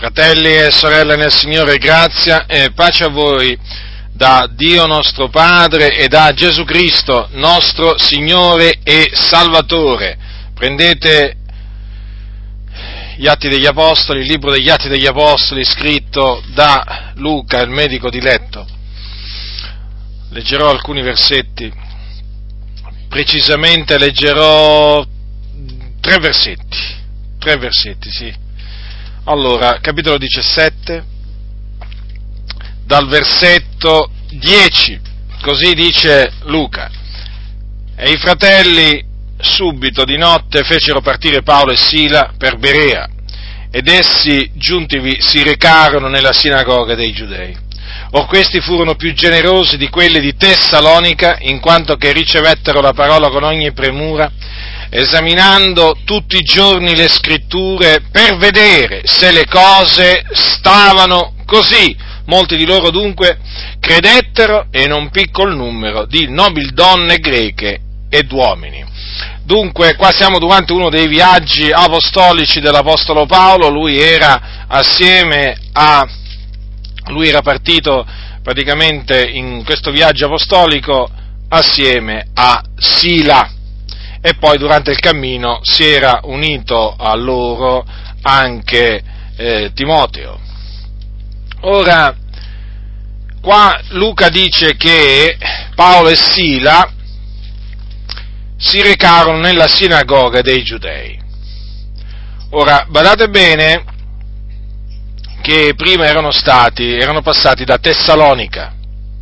Fratelli e sorelle nel Signore, grazia e pace a voi da Dio nostro Padre e da Gesù Cristo, nostro Signore e Salvatore. Prendete gli Atti degli Apostoli, il libro degli Atti degli Apostoli scritto da Luca, il medico diletto. Leggerò alcuni versetti, precisamente leggerò tre versetti, sì. Allora, capitolo 17, dal versetto 10, così dice Luca: e i fratelli subito di notte fecero partire Paolo e Sila per Berea, ed essi giuntivi si recarono nella sinagoga dei Giudei. Or questi furono più generosi di quelli di Tessalonica, in quanto che ricevettero la parola con ogni premura, esaminando tutti i giorni le scritture per vedere se le cose stavano così. Molti di loro dunque credettero, e non piccol numero di nobil donne greche ed uomini. Dunque, qua siamo durante uno dei viaggi apostolici dell'Apostolo Paolo. Lui era partito praticamente in questo viaggio apostolico assieme a Sila, e poi durante il cammino si era unito a loro anche Timoteo. Ora, qua Luca dice che Paolo e Sila si recarono nella sinagoga dei Giudei. Ora, badate bene che prima erano passati da Tessalonica.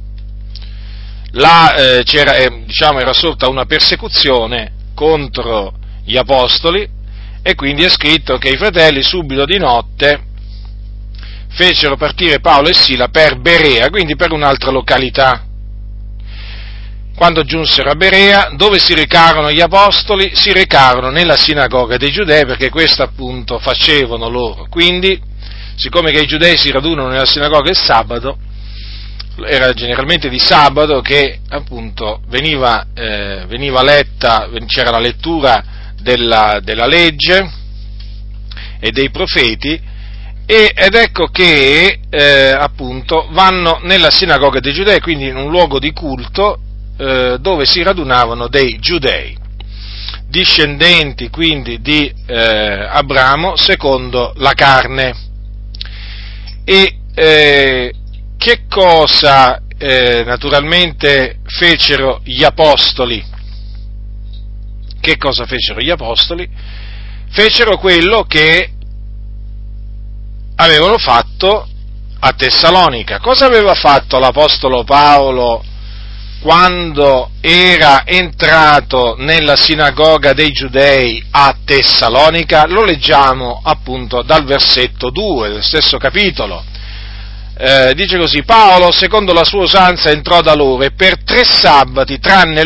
Là era sorta una persecuzione contro gli apostoli, e quindi è scritto che i fratelli subito di notte fecero partire Paolo e Sila per Berea, quindi per un'altra località. Quando giunsero a Berea, dove si recarono gli apostoli? Si recarono nella sinagoga dei Giudei, perché questo appunto facevano loro. Quindi, siccome che i giudei si radunano nella sinagoga il sabato, era generalmente di sabato che appunto veniva letta, c'era la lettura della legge e dei profeti, ed ecco che appunto vanno nella sinagoga dei Giudei, quindi in un luogo di culto dove si radunavano dei giudei, discendenti quindi di Abramo secondo la carne. E che cosa naturalmente fecero gli apostoli? Che cosa fecero gli apostoli? Fecero quello che avevano fatto a Tessalonica. Cosa aveva fatto l'apostolo Paolo quando era entrato nella sinagoga dei Giudei a Tessalonica? Lo leggiamo appunto dal versetto 2 del stesso capitolo. Dice così: Paolo, secondo la sua usanza, entrò da loro e per 3 sabati tenne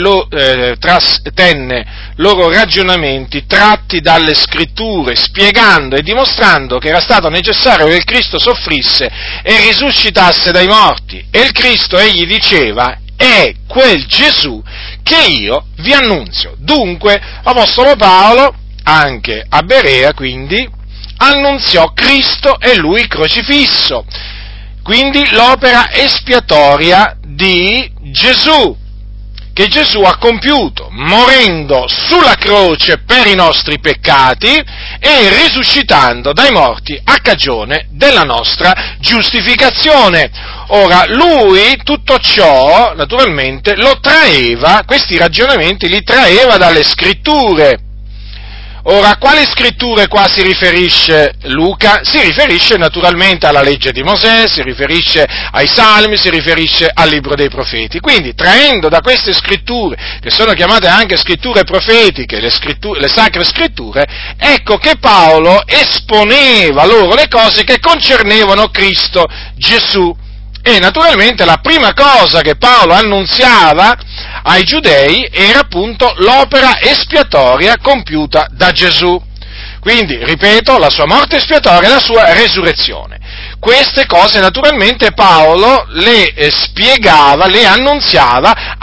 loro ragionamenti tratti dalle scritture, spiegando e dimostrando che era stato necessario che il Cristo soffrisse e risuscitasse dai morti. E il Cristo, egli diceva, è quel Gesù che io vi annunzio. Dunque, l'apostolo Paolo, anche a Berea, quindi, annunziò Cristo e lui crocifisso. Quindi l'opera espiatoria di Gesù, che Gesù ha compiuto morendo sulla croce per i nostri peccati e risuscitando dai morti a cagione della nostra giustificazione. Ora, lui tutto ciò, naturalmente, questi ragionamenti li traeva dalle scritture. Ora, a quali scritture qua si riferisce Luca? Si riferisce naturalmente alla legge di Mosè, si riferisce ai Salmi, si riferisce al libro dei profeti. Quindi, traendo da queste scritture, che sono chiamate anche scritture profetiche, le sacre scritture, ecco che Paolo esponeva loro le cose che concernevano Cristo Gesù. E naturalmente la prima cosa che Paolo annunziava ai giudei era appunto l'opera espiatoria compiuta da Gesù. Quindi, ripeto, la sua morte espiatoria e la sua resurrezione. Queste cose naturalmente Paolo le spiegava, le annunziava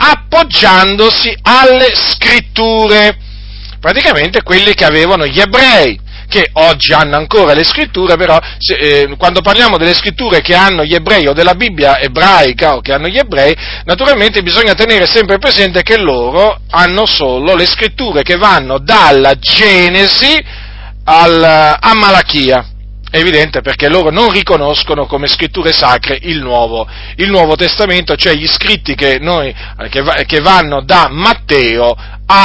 appoggiandosi alle scritture, praticamente quelle che avevano gli ebrei, che oggi hanno ancora le scritture, però quando parliamo delle scritture che hanno gli ebrei o della Bibbia ebraica o che hanno gli ebrei, naturalmente bisogna tenere sempre presente che loro hanno solo le scritture che vanno dalla Genesi a Malachia. È evidente, perché loro non riconoscono come scritture sacre il Nuovo Testamento, cioè gli scritti che vanno da Matteo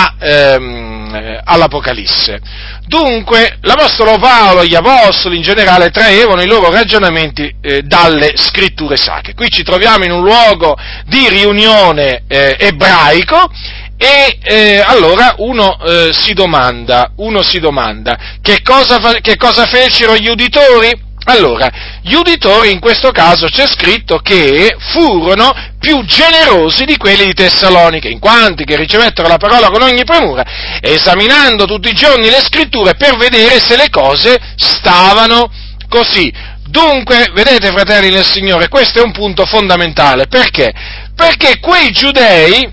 all'Apocalisse. Dunque, l'Apostolo Paolo e gli Apostoli in generale traevano i loro ragionamenti dalle scritture sacre. Qui ci troviamo in un luogo di riunione ebraico, e allora uno si domanda che cosa fecero gli uditori? Allora, gli uditori in questo caso c'è scritto che furono più generosi di quelli di Tessalonica, in quanti che ricevettero la parola con ogni premura, esaminando tutti i giorni le scritture per vedere se le cose stavano così. Dunque, vedete, fratelli nel Signore, questo è un punto fondamentale. Perché? Perché quei giudei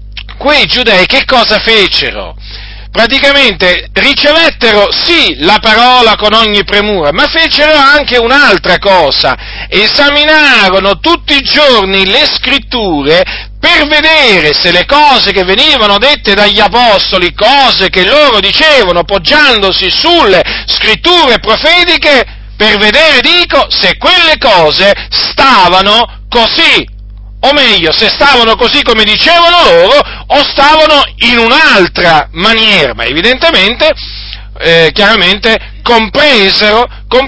che cosa fecero? Praticamente ricevettero sì la parola con ogni premura, ma fecero anche un'altra cosa: esaminarono tutti i giorni le scritture per vedere se le cose che venivano dette dagli apostoli, cose che loro dicevano poggiandosi sulle scritture profetiche, per vedere, se quelle cose stavano così. O meglio, se stavano così come dicevano loro, o stavano in un'altra maniera, ma evidentemente, chiaramente, compresero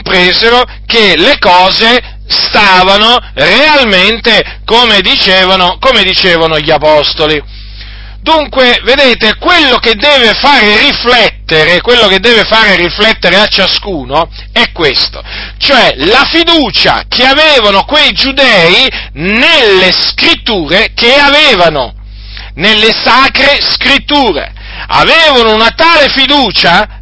che le cose stavano realmente come dicevano gli apostoli. Dunque, vedete, quello che deve fare riflettere a ciascuno è questo, cioè la fiducia che avevano quei giudei nelle scritture che avevano, nelle sacre scritture. Avevano una tale fiducia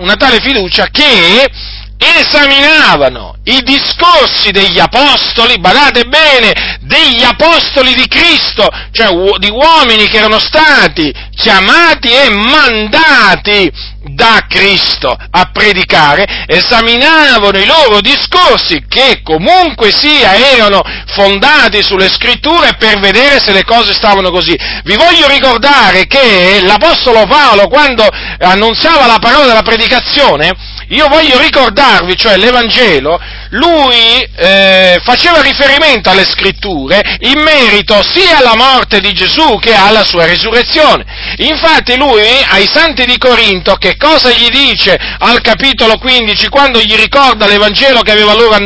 che esaminavano i discorsi degli apostoli, badate bene, degli apostoli di Cristo, cioè di uomini che erano stati chiamati e mandati da Cristo a predicare, esaminavano i loro discorsi, che comunque sia erano fondati sulle scritture, per vedere se le cose stavano così. Vi voglio ricordare che l'Apostolo Paolo, quando annunziava la parola della predicazione, io voglio ricordarvi, cioè l'Evangelo, lui faceva riferimento alle scritture in merito sia alla morte di Gesù che alla sua resurrezione. Infatti lui ai santi di Corinto che cosa gli dice al capitolo 15 quando gli ricorda l'Evangelo che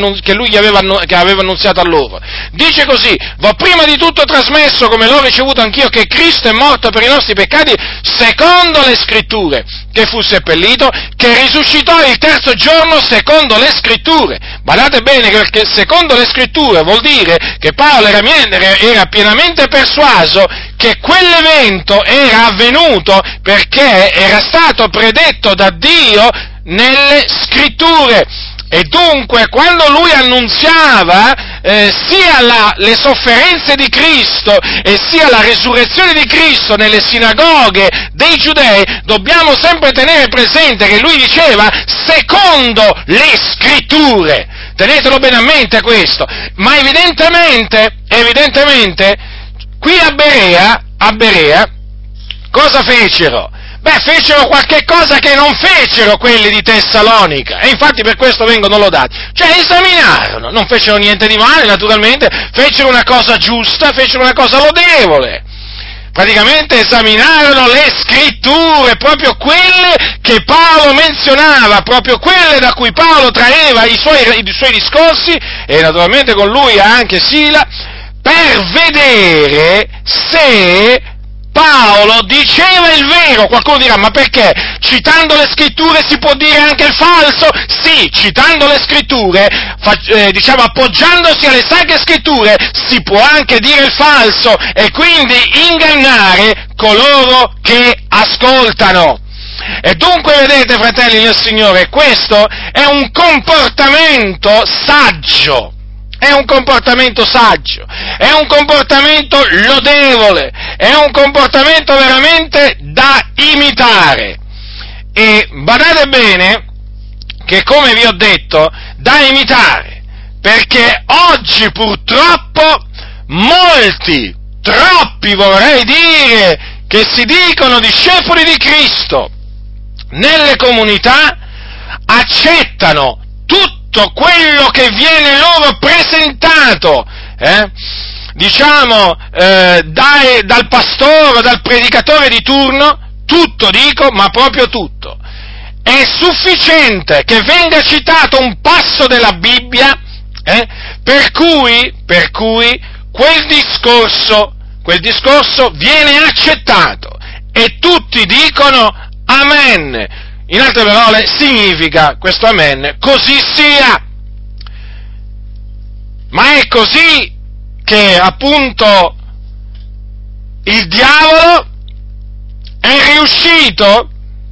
aveva annunziato a loro? Dice così: «V'ho prima di tutto trasmesso, come l'ho ricevuto anch'io, che Cristo è morto per i nostri peccati secondo le scritture, che fu seppellito, che risuscitò il terzo giorno secondo le scritture». Badate bene, perché secondo le scritture vuol dire che Paolo era pienamente persuaso che quell'evento era avvenuto perché era stato predetto da Dio nelle scritture. E dunque, quando lui annunziava sia le sofferenze di Cristo e sia la resurrezione di Cristo nelle sinagoghe dei giudei, dobbiamo sempre tenere presente che lui diceva secondo le scritture. Tenetelo bene a mente questo. Ma evidentemente, qui a Berea, cosa fecero? Fecero qualche cosa che non fecero quelli di Tessalonica, e infatti per questo vengono lodati. Cioè esaminarono, non fecero niente di male, naturalmente, fecero una cosa giusta, fecero una cosa lodevole. Praticamente esaminarono le scritture, proprio quelle che Paolo menzionava, proprio quelle da cui Paolo traeva i suoi discorsi, e naturalmente con lui anche Sila, per vedere se Paolo diceva il vero. Qualcuno dirà: ma perché? Citando le scritture si può dire anche il falso? Sì, citando le scritture, appoggiandosi alle sacre scritture, si può anche dire il falso e quindi ingannare coloro che ascoltano. E dunque, vedete, fratelli del Signore, questo è un comportamento saggio. È un comportamento saggio, è un comportamento lodevole, è un comportamento veramente da imitare. E badate bene che, come vi ho detto, da imitare, perché oggi purtroppo molti, troppi vorrei dire, che si dicono discepoli di Cristo, nelle comunità accettano tutto quello che viene loro presentato, dal pastore o dal predicatore di turno, tutto dico, ma proprio tutto. È sufficiente che venga citato un passo della Bibbia, per cui quel discorso viene accettato e tutti dicono amen. In altre parole, significa questo amen, così sia. Ma è così che appunto il diavolo è riuscito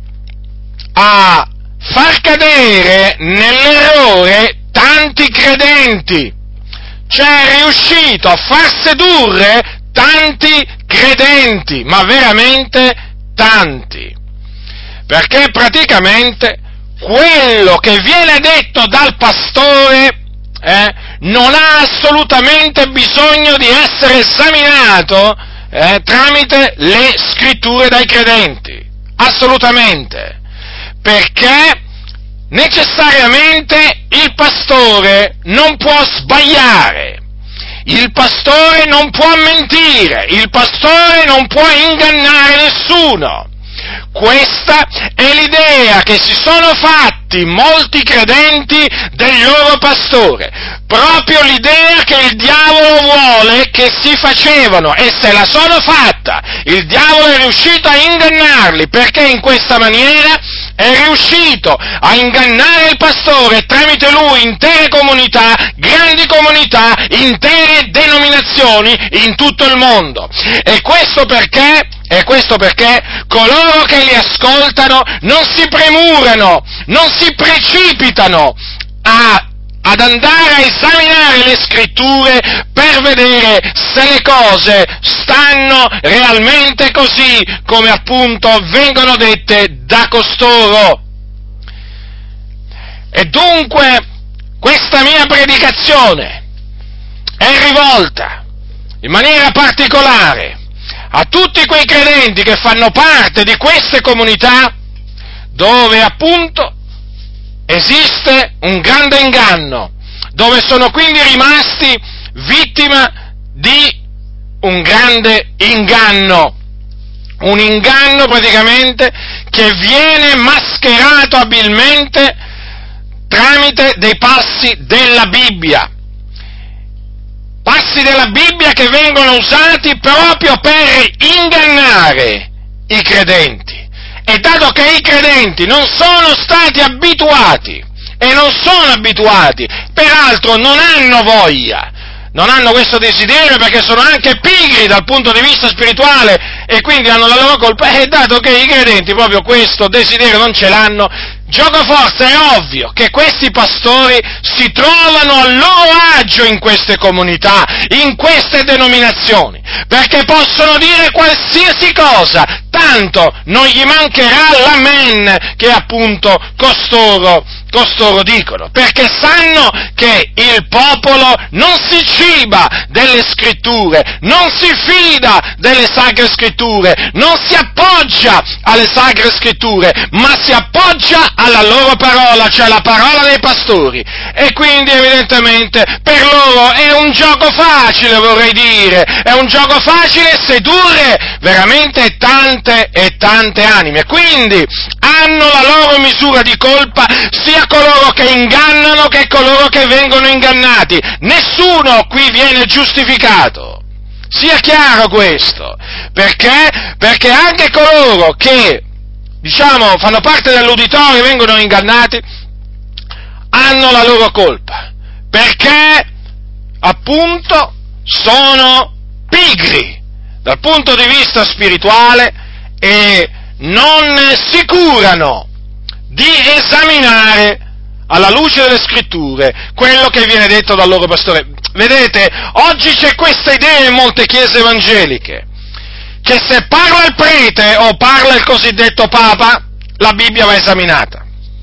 a far cadere nell'errore tanti credenti, cioè è riuscito a far sedurre tanti credenti, ma veramente tanti, perché praticamente quello che viene detto dal pastore non ha assolutamente bisogno di essere esaminato tramite le scritture dai credenti, assolutamente, perché necessariamente il pastore non può sbagliare, il pastore non può mentire, il pastore non può ingannare nessuno. Questa è l'idea che si sono fatti molti credenti del loro pastore, proprio l'idea che il diavolo vuole che si facevano, e se la sono fatta. Il diavolo è riuscito a ingannarli, perché in questa maniera è riuscito a ingannare il pastore, e tramite lui intere comunità, grandi comunità, intere denominazioni in tutto il mondo. E questo perché coloro che li ascoltano non si premurano, non si precipitano ad andare a esaminare le scritture per vedere se le cose stanno realmente così come appunto vengono dette da costoro. E dunque questa mia predicazione è rivolta in maniera particolare a tutti quei credenti che fanno parte di queste comunità dove appunto esiste un grande inganno, dove sono quindi rimasti vittima di un grande inganno, un inganno praticamente che viene mascherato abilmente tramite dei passi della Bibbia. Passi della Bibbia che vengono usati proprio per ingannare i credenti. E dato che i credenti non sono stati abituati, peraltro non hanno voglia, non hanno questo desiderio perché sono anche pigri dal punto di vista spirituale e quindi hanno la loro colpa, e dato che i credenti proprio questo desiderio non ce l'hanno, giocoforza è ovvio che questi pastori si trovano a loro agio in queste comunità, in queste denominazioni, perché possono dire qualsiasi cosa, tanto non gli mancherà l'amen che appunto costoro dicono, perché sanno che il popolo non si ciba delle scritture, non si fida delle sacre scritture, non si appoggia alle sacre scritture, ma si appoggia alla loro parola, cioè la parola dei pastori, e quindi evidentemente per loro è un gioco facile, vorrei dire, è un gioco facile sedurre veramente tante e tante anime, quindi hanno la loro misura di colpa sia coloro che ingannano che coloro che vengono ingannati. Nessuno qui viene giustificato. Sia chiaro questo. Perché? Perché anche coloro che, fanno parte dell'uditorio e vengono ingannati, hanno la loro colpa. Perché, appunto, sono pigri dal punto di vista spirituale e non si curano di esaminare alla luce delle scritture quello che viene detto dal loro pastore. Vedete, oggi c'è questa idea in molte chiese evangeliche, che se parla il prete o parla il cosiddetto papa, la Bibbia va esaminata.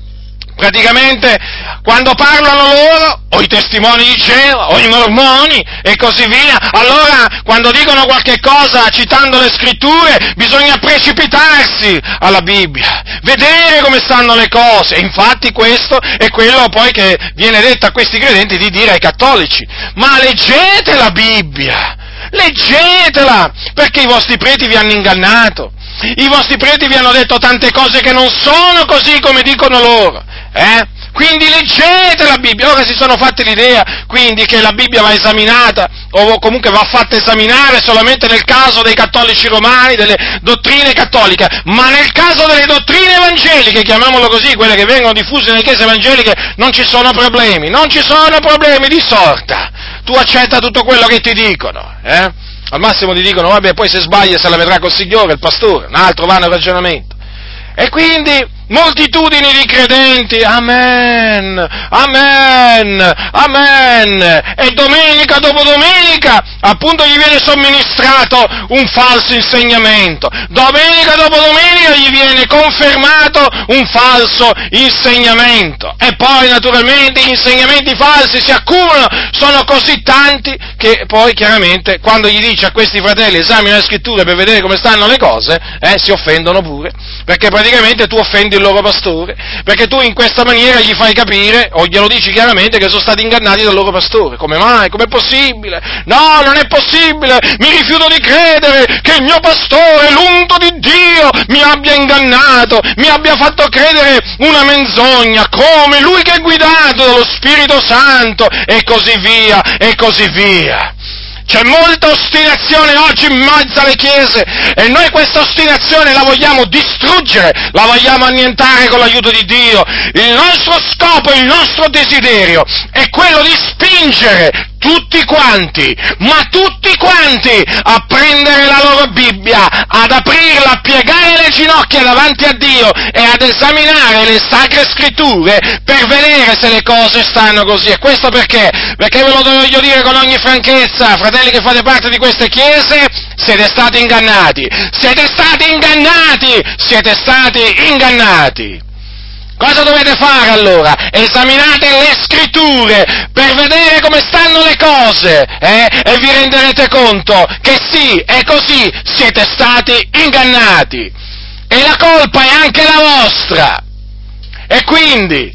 praticamente quando parlano loro, o i testimoni di Geova, o i mormoni, e così via, allora quando dicono qualche cosa citando le scritture, bisogna precipitarsi alla Bibbia, vedere come stanno le cose. Infatti questo è quello poi che viene detto a questi credenti di dire ai cattolici: ma leggete la Bibbia, leggetela, perché i vostri preti vi hanno ingannato. I vostri preti vi hanno detto tante cose che non sono così come dicono loro, Quindi leggete la Bibbia. Ora si sono fatti l'idea, quindi, che la Bibbia va esaminata, o comunque va fatta esaminare solamente nel caso dei cattolici romani, delle dottrine cattoliche, ma nel caso delle dottrine evangeliche, chiamiamolo così, quelle che vengono diffuse nelle chiese evangeliche, non ci sono problemi di sorta. Tu accetta tutto quello che ti dicono, Al massimo ti dicono: vabbè, poi se sbaglia se la vedrà col Signore, il pastore, un altro vano ragionamento. E quindi moltitudini di credenti, amen, amen, amen, e domenica dopo domenica appunto gli viene somministrato un falso insegnamento, domenica dopo domenica gli viene confermato un falso insegnamento, e poi naturalmente gli insegnamenti falsi si accumulano, sono così tanti che poi chiaramente quando gli dice a questi fratelli: esamina le scritture per vedere come stanno le cose, si offendono pure, perché praticamente tu offendi il loro pastore, perché tu in questa maniera gli fai capire, o glielo dici chiaramente, che sono stati ingannati dal loro pastore. Come mai? Com'è possibile? No, non è possibile! Mi rifiuto di credere che il mio pastore, l'unto di Dio, mi abbia ingannato, mi abbia fatto credere una menzogna, come lui che è guidato dallo Spirito Santo, e così via, e così via. C'è molta ostinazione oggi in mezzo alle chiese, e noi questa ostinazione la vogliamo distruggere, la vogliamo annientare con l'aiuto di Dio. Il nostro scopo, il nostro desiderio è quello di spingere tutti quanti, ma tutti quanti, a prendere la loro Bibbia, ad aprirla, a piegare le ginocchia davanti a Dio e ad esaminare le sacre scritture per vedere se le cose stanno così. E questo perché? Perché ve lo voglio dire con ogni franchezza, fratelli che fate parte di queste chiese: siete stati ingannati, siete stati ingannati, siete stati ingannati. Cosa dovete fare allora? Esaminate le scritture per vedere come stanno le cose, e vi renderete conto che sì, è così, siete stati ingannati, e la colpa è anche la vostra. E quindi,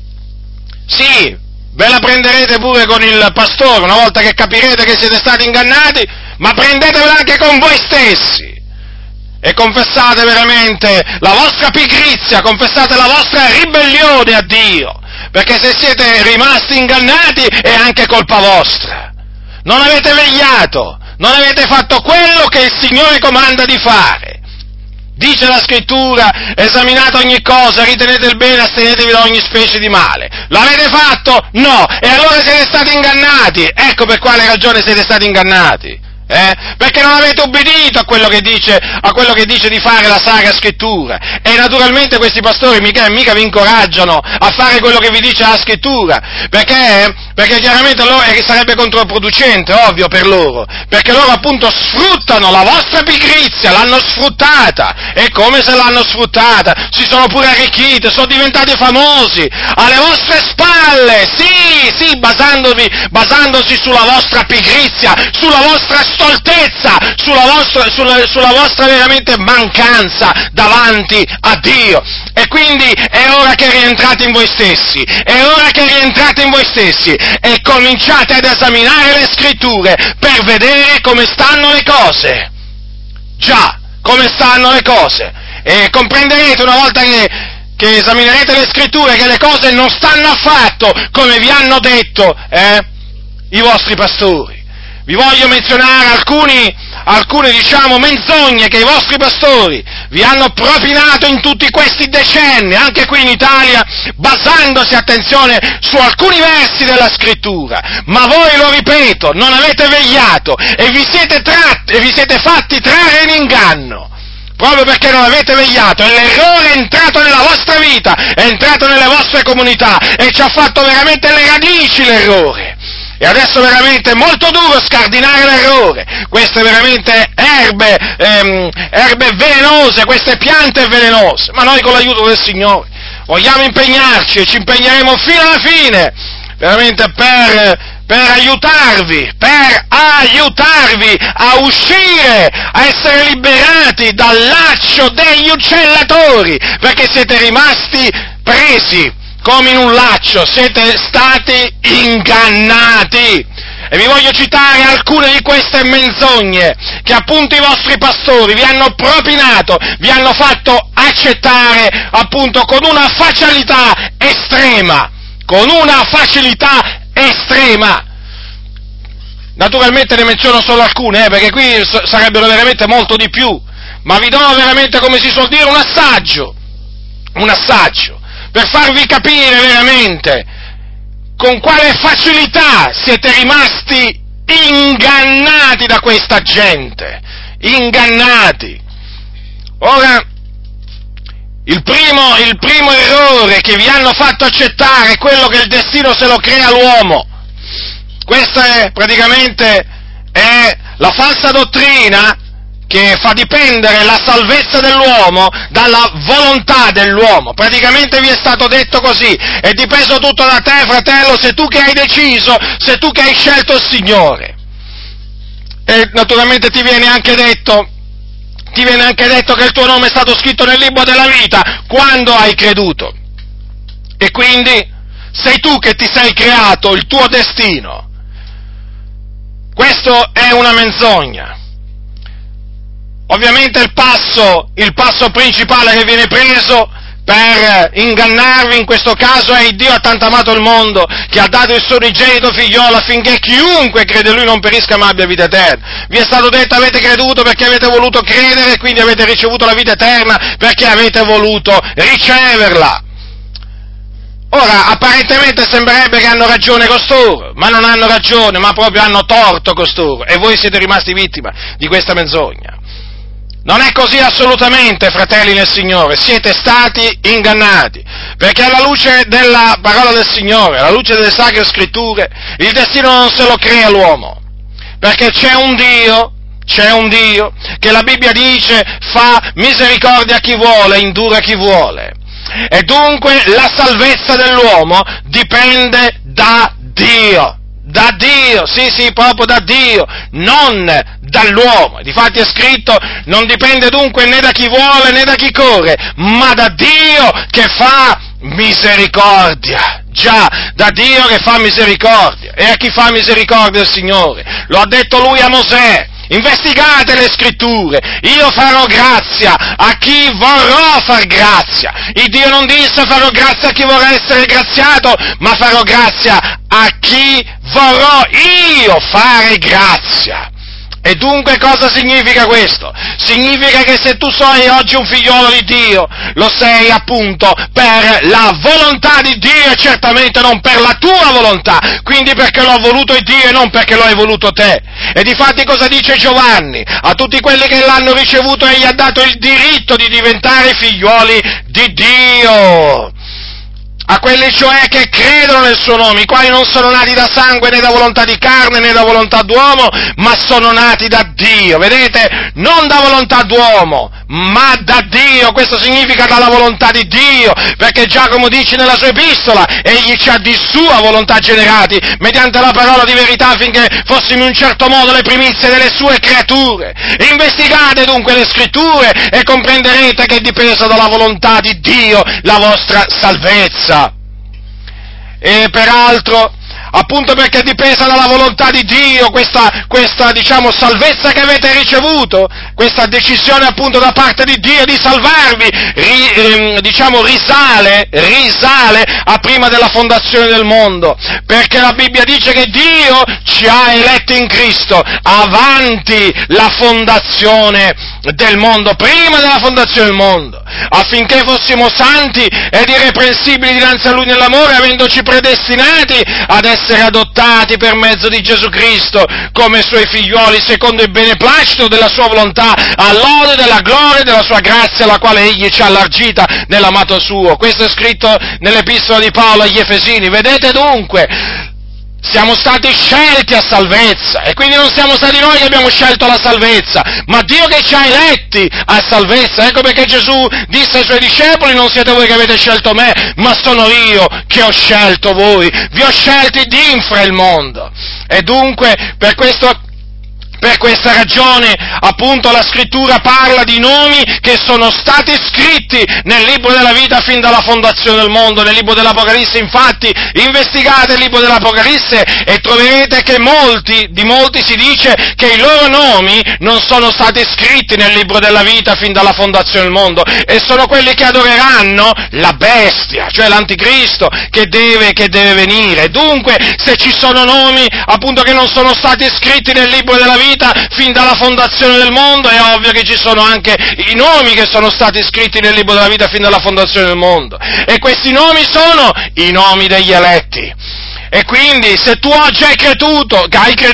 sì, ve la prenderete pure con il pastore una volta che capirete che siete stati ingannati, ma prendetevela anche con voi stessi. E confessate veramente la vostra pigrizia, confessate la vostra ribellione a Dio, perché se siete rimasti ingannati è anche colpa vostra. Non avete vegliato, non avete fatto quello che il Signore comanda di fare. Dice la Scrittura: esaminate ogni cosa, ritenete il bene, astenetevi da ogni specie di male. L'avete fatto? No! E allora siete stati ingannati. Ecco per quale ragione siete stati ingannati. Perché non avete ubbidito a quello che dice di fare la Sacra Scrittura, e naturalmente questi pastori mica vi incoraggiano a fare quello che vi dice la Scrittura, perché chiaramente sarebbe controproducente, ovvio, per loro, perché loro appunto sfruttano la vostra pigrizia, l'hanno sfruttata, e come se l'hanno sfruttata, si sono pure arricchiti, sono diventati famosi alle vostre spalle, sì, basandosi sulla vostra pigrizia, sulla vostra stoltezza, sulla vostra veramente mancanza davanti a Dio. E quindi è ora che rientrate in voi stessi, e cominciate ad esaminare le scritture per vedere come stanno le cose. Già, come stanno le cose. E comprenderete una volta che esaminerete le scritture che le cose non stanno affatto come vi hanno detto i vostri pastori. Vi voglio menzionare alcune menzogne che i vostri pastori vi hanno propinato in tutti questi decenni, anche qui in Italia, basandosi, attenzione, su alcuni versi della Scrittura. Ma voi, lo ripeto, non avete vegliato e vi siete fatti trarre in inganno. Proprio perché non avete vegliato, e l'errore è entrato nella vostra vita, è entrato nelle vostre comunità, e ci ha fatto veramente le radici l'errore. E adesso veramente è molto duro scardinare l'errore, queste veramente erbe velenose, queste piante velenose, ma noi con l'aiuto del Signore vogliamo impegnarci e ci impegneremo fino alla fine, veramente per aiutarvi a uscire, a essere liberati dal laccio degli uccellatori, perché siete rimasti presi come in un laccio, siete stati ingannati. E vi voglio citare alcune di queste menzogne che appunto i vostri pastori vi hanno propinato, vi hanno fatto accettare appunto con una facilità estrema. Naturalmente ne menziono solo alcune, perché qui sarebbero veramente molto di più, ma vi do veramente, come si suol dire, un assaggio, per farvi capire veramente con quale facilità siete rimasti ingannati da questa gente, ingannati. Ora, il primo errore che vi hanno fatto accettare è quello che il destino se lo crea l'uomo. Questa è praticamente la falsa dottrina che fa dipendere la salvezza dell'uomo dalla volontà dell'uomo. Praticamente vi è stato detto così: è dipeso tutto da te, fratello, sei tu che hai deciso, sei tu che hai scelto il Signore. E naturalmente ti viene anche detto che il tuo nome è stato scritto nel libro della vita quando hai creduto. E quindi sei tu che ti sei creato il tuo destino. Questo è una menzogna. Ovviamente il passo principale che viene preso per ingannarvi in questo caso è: il Dio ha tanto amato il mondo che ha dato il suo unigenito figliolo affinché chiunque crede in Lui non perisca ma abbia vita eterna. Vi è stato detto: avete creduto perché avete voluto credere e quindi avete ricevuto la vita eterna perché avete voluto riceverla. Ora, apparentemente sembrerebbe che hanno ragione costoro, ma non hanno ragione, ma proprio hanno torto costoro, e voi siete rimasti vittima di questa menzogna. Non è così assolutamente, fratelli nel Signore, siete stati ingannati, perché alla luce della parola del Signore, alla luce delle Sacre Scritture, il destino non se lo crea l'uomo, perché c'è un Dio che la Bibbia dice fa misericordia a chi vuole, indura a chi vuole. E dunque la salvezza dell'uomo dipende da Dio, sì, proprio da Dio, non dall'uomo. Difatti è scritto: non dipende dunque né da chi vuole né da chi corre, ma da Dio che fa misericordia. Già, da Dio che fa misericordia. E a chi fa misericordia il Signore? Lo ha detto Lui a Mosè: investigate le Scritture, io farò grazia a chi vorrò far grazia. Il Dio non disse: farò grazia a chi vorrà essere graziato, ma farò grazia a chi vorrò io fare grazia. E dunque cosa significa questo? Significa che se tu sei oggi un figliolo di Dio, lo sei appunto per la volontà di Dio e certamente non per la tua volontà, quindi perché l'ho voluto Dio e non perché lo hai voluto te. E difatti cosa dice Giovanni? A tutti quelli che l'hanno ricevuto egli ha dato il diritto di diventare figlioli di Dio. A quelli cioè che credono nel suo nome, i quali non sono nati da sangue né da volontà di carne né da volontà d'uomo, ma sono nati da Dio, vedete? Non da volontà d'uomo, ma da Dio. Questo significa dalla volontà di Dio, perché Giacomo dice nella sua epistola: egli ci ha di sua volontà generati, mediante la parola di verità, affinché fossimo in un certo modo le primizie delle sue creature. Investigate dunque le Scritture e comprenderete che è dipesa dalla volontà di Dio la vostra salvezza. E peraltro, appunto perché è dipesa dalla volontà di Dio questa salvezza che avete ricevuto, questa decisione appunto da parte di Dio di salvarvi, risale a prima della fondazione del mondo, perché la Bibbia dice che Dio ci ha eletti in Cristo avanti la fondazione del mondo, prima della fondazione del mondo, affinché fossimo santi ed irreprensibili dinanzi a Lui nell'amore, avendoci predestinati ad essere adottati per mezzo di Gesù Cristo come Suoi figliuoli, secondo il beneplacito della Sua volontà, all'ode della gloria e della Sua grazia, la quale Egli ci ha allargita nell'amato Suo. Questo è scritto nell'epistola di Paolo agli Efesini. Vedete dunque, siamo stati scelti a salvezza, e quindi non siamo stati noi che abbiamo scelto la salvezza, ma Dio che ci ha eletti a salvezza. Ecco perché Gesù disse ai Suoi discepoli: non siete voi che avete scelto me, ma sono io che ho scelto voi, vi ho scelti d'infra il mondo. E dunque, per questa ragione, appunto, la Scrittura parla di nomi che sono stati scritti nel libro della vita fin dalla fondazione del mondo, nel libro dell'Apocalisse. Infatti, investigate il libro dell'Apocalisse e troverete che di molti si dice che i loro nomi non sono stati scritti nel libro della vita fin dalla fondazione del mondo, e sono quelli che adoreranno la bestia, cioè l'anticristo, che deve venire. Dunque, se ci sono nomi, appunto, che non sono stati scritti nel libro della vita fin dalla fondazione del mondo, è ovvio che ci sono anche i nomi che sono stati scritti nel libro della vita fin dalla fondazione del mondo, e questi nomi sono i nomi degli eletti. E quindi, se tu oggi hai creduto,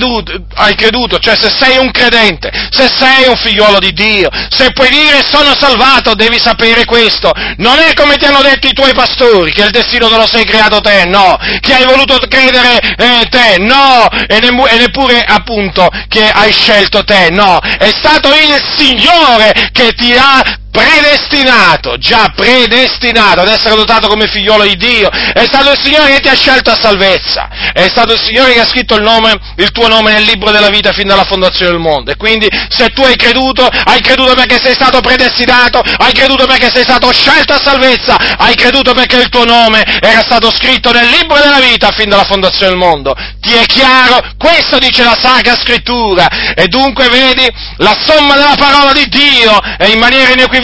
cioè se sei un credente, se sei un figliolo di Dio, se puoi dire sono salvato, devi sapere questo: non è come ti hanno detto i tuoi pastori, che il destino te lo sei creato te, no, che hai voluto credere te, no, e neppure, appunto, che hai scelto te, no, è stato il Signore che ti ha predestinato ad essere adottato come figliolo di Dio. È stato il Signore che ti ha scelto a salvezza, è stato il Signore che ha scritto il tuo nome nel libro della vita fin dalla fondazione del mondo. E quindi, se tu hai creduto perché sei stato predestinato, hai creduto perché sei stato scelto a salvezza, hai creduto perché il tuo nome era stato scritto nel libro della vita fin dalla fondazione del mondo. Ti è chiaro? Questo dice la Sacra Scrittura. E dunque, vedi, la somma della parola di Dio è in maniera inequivocabile,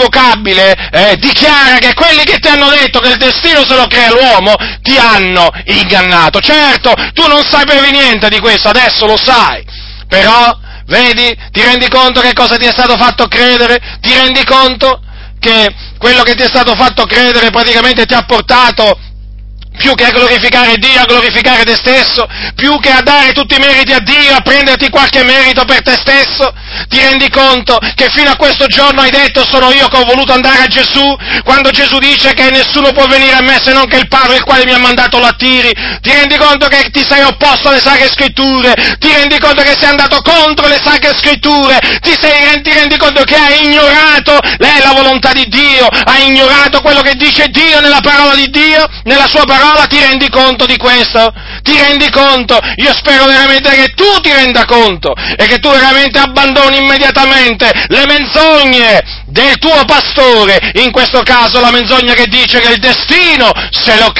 dichiara che quelli che ti hanno detto che il destino se lo crea l'uomo ti hanno ingannato. Certo, tu non sapevi niente di questo, adesso lo sai, però, vedi, ti rendi conto che cosa ti è stato fatto credere? Ti rendi conto che quello che ti è stato fatto credere praticamente ti ha portato più che a glorificare Dio, a glorificare te stesso, più che a dare tutti i meriti a Dio, a prenderti qualche merito per te stesso? Ti rendi conto che fino a questo giorno hai detto sono io che ho voluto andare a Gesù, quando Gesù dice che nessuno può venire a me se non che il Padre il quale mi ha mandato lo attiri? Ti rendi conto che ti sei opposto alle Sacre Scritture? Ti rendi conto che sei andato contro le Sacre Scritture? Ti rendi conto che hai ignorato la volontà di Dio, hai ignorato quello che dice Dio nella parola di Dio, nella sua parola? Ti rendi conto di questo? Ti rendi conto? Io spero veramente che tu ti renda conto e che tu veramente abbandoni immediatamente le menzogne del tuo pastore, in questo caso la menzogna che dice che il destino se lo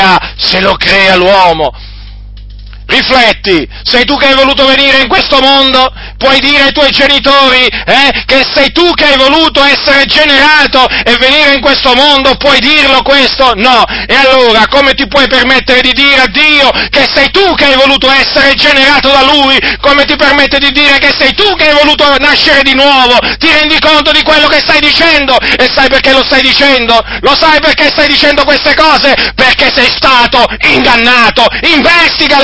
crea l'uomo. Rifletti, sei tu che hai voluto venire in questo mondo? Puoi dire ai tuoi genitori che sei tu che hai voluto essere generato e venire in questo mondo? Puoi dirlo questo? No. E allora come ti puoi permettere di dire a Dio che sei tu che hai voluto essere generato da Lui? Come ti permette di dire che sei tu che hai voluto nascere di nuovo? Ti rendi conto di quello che stai dicendo? E sai perché lo stai dicendo? Lo sai perché stai dicendo queste cose? Perché sei stato ingannato. Investiga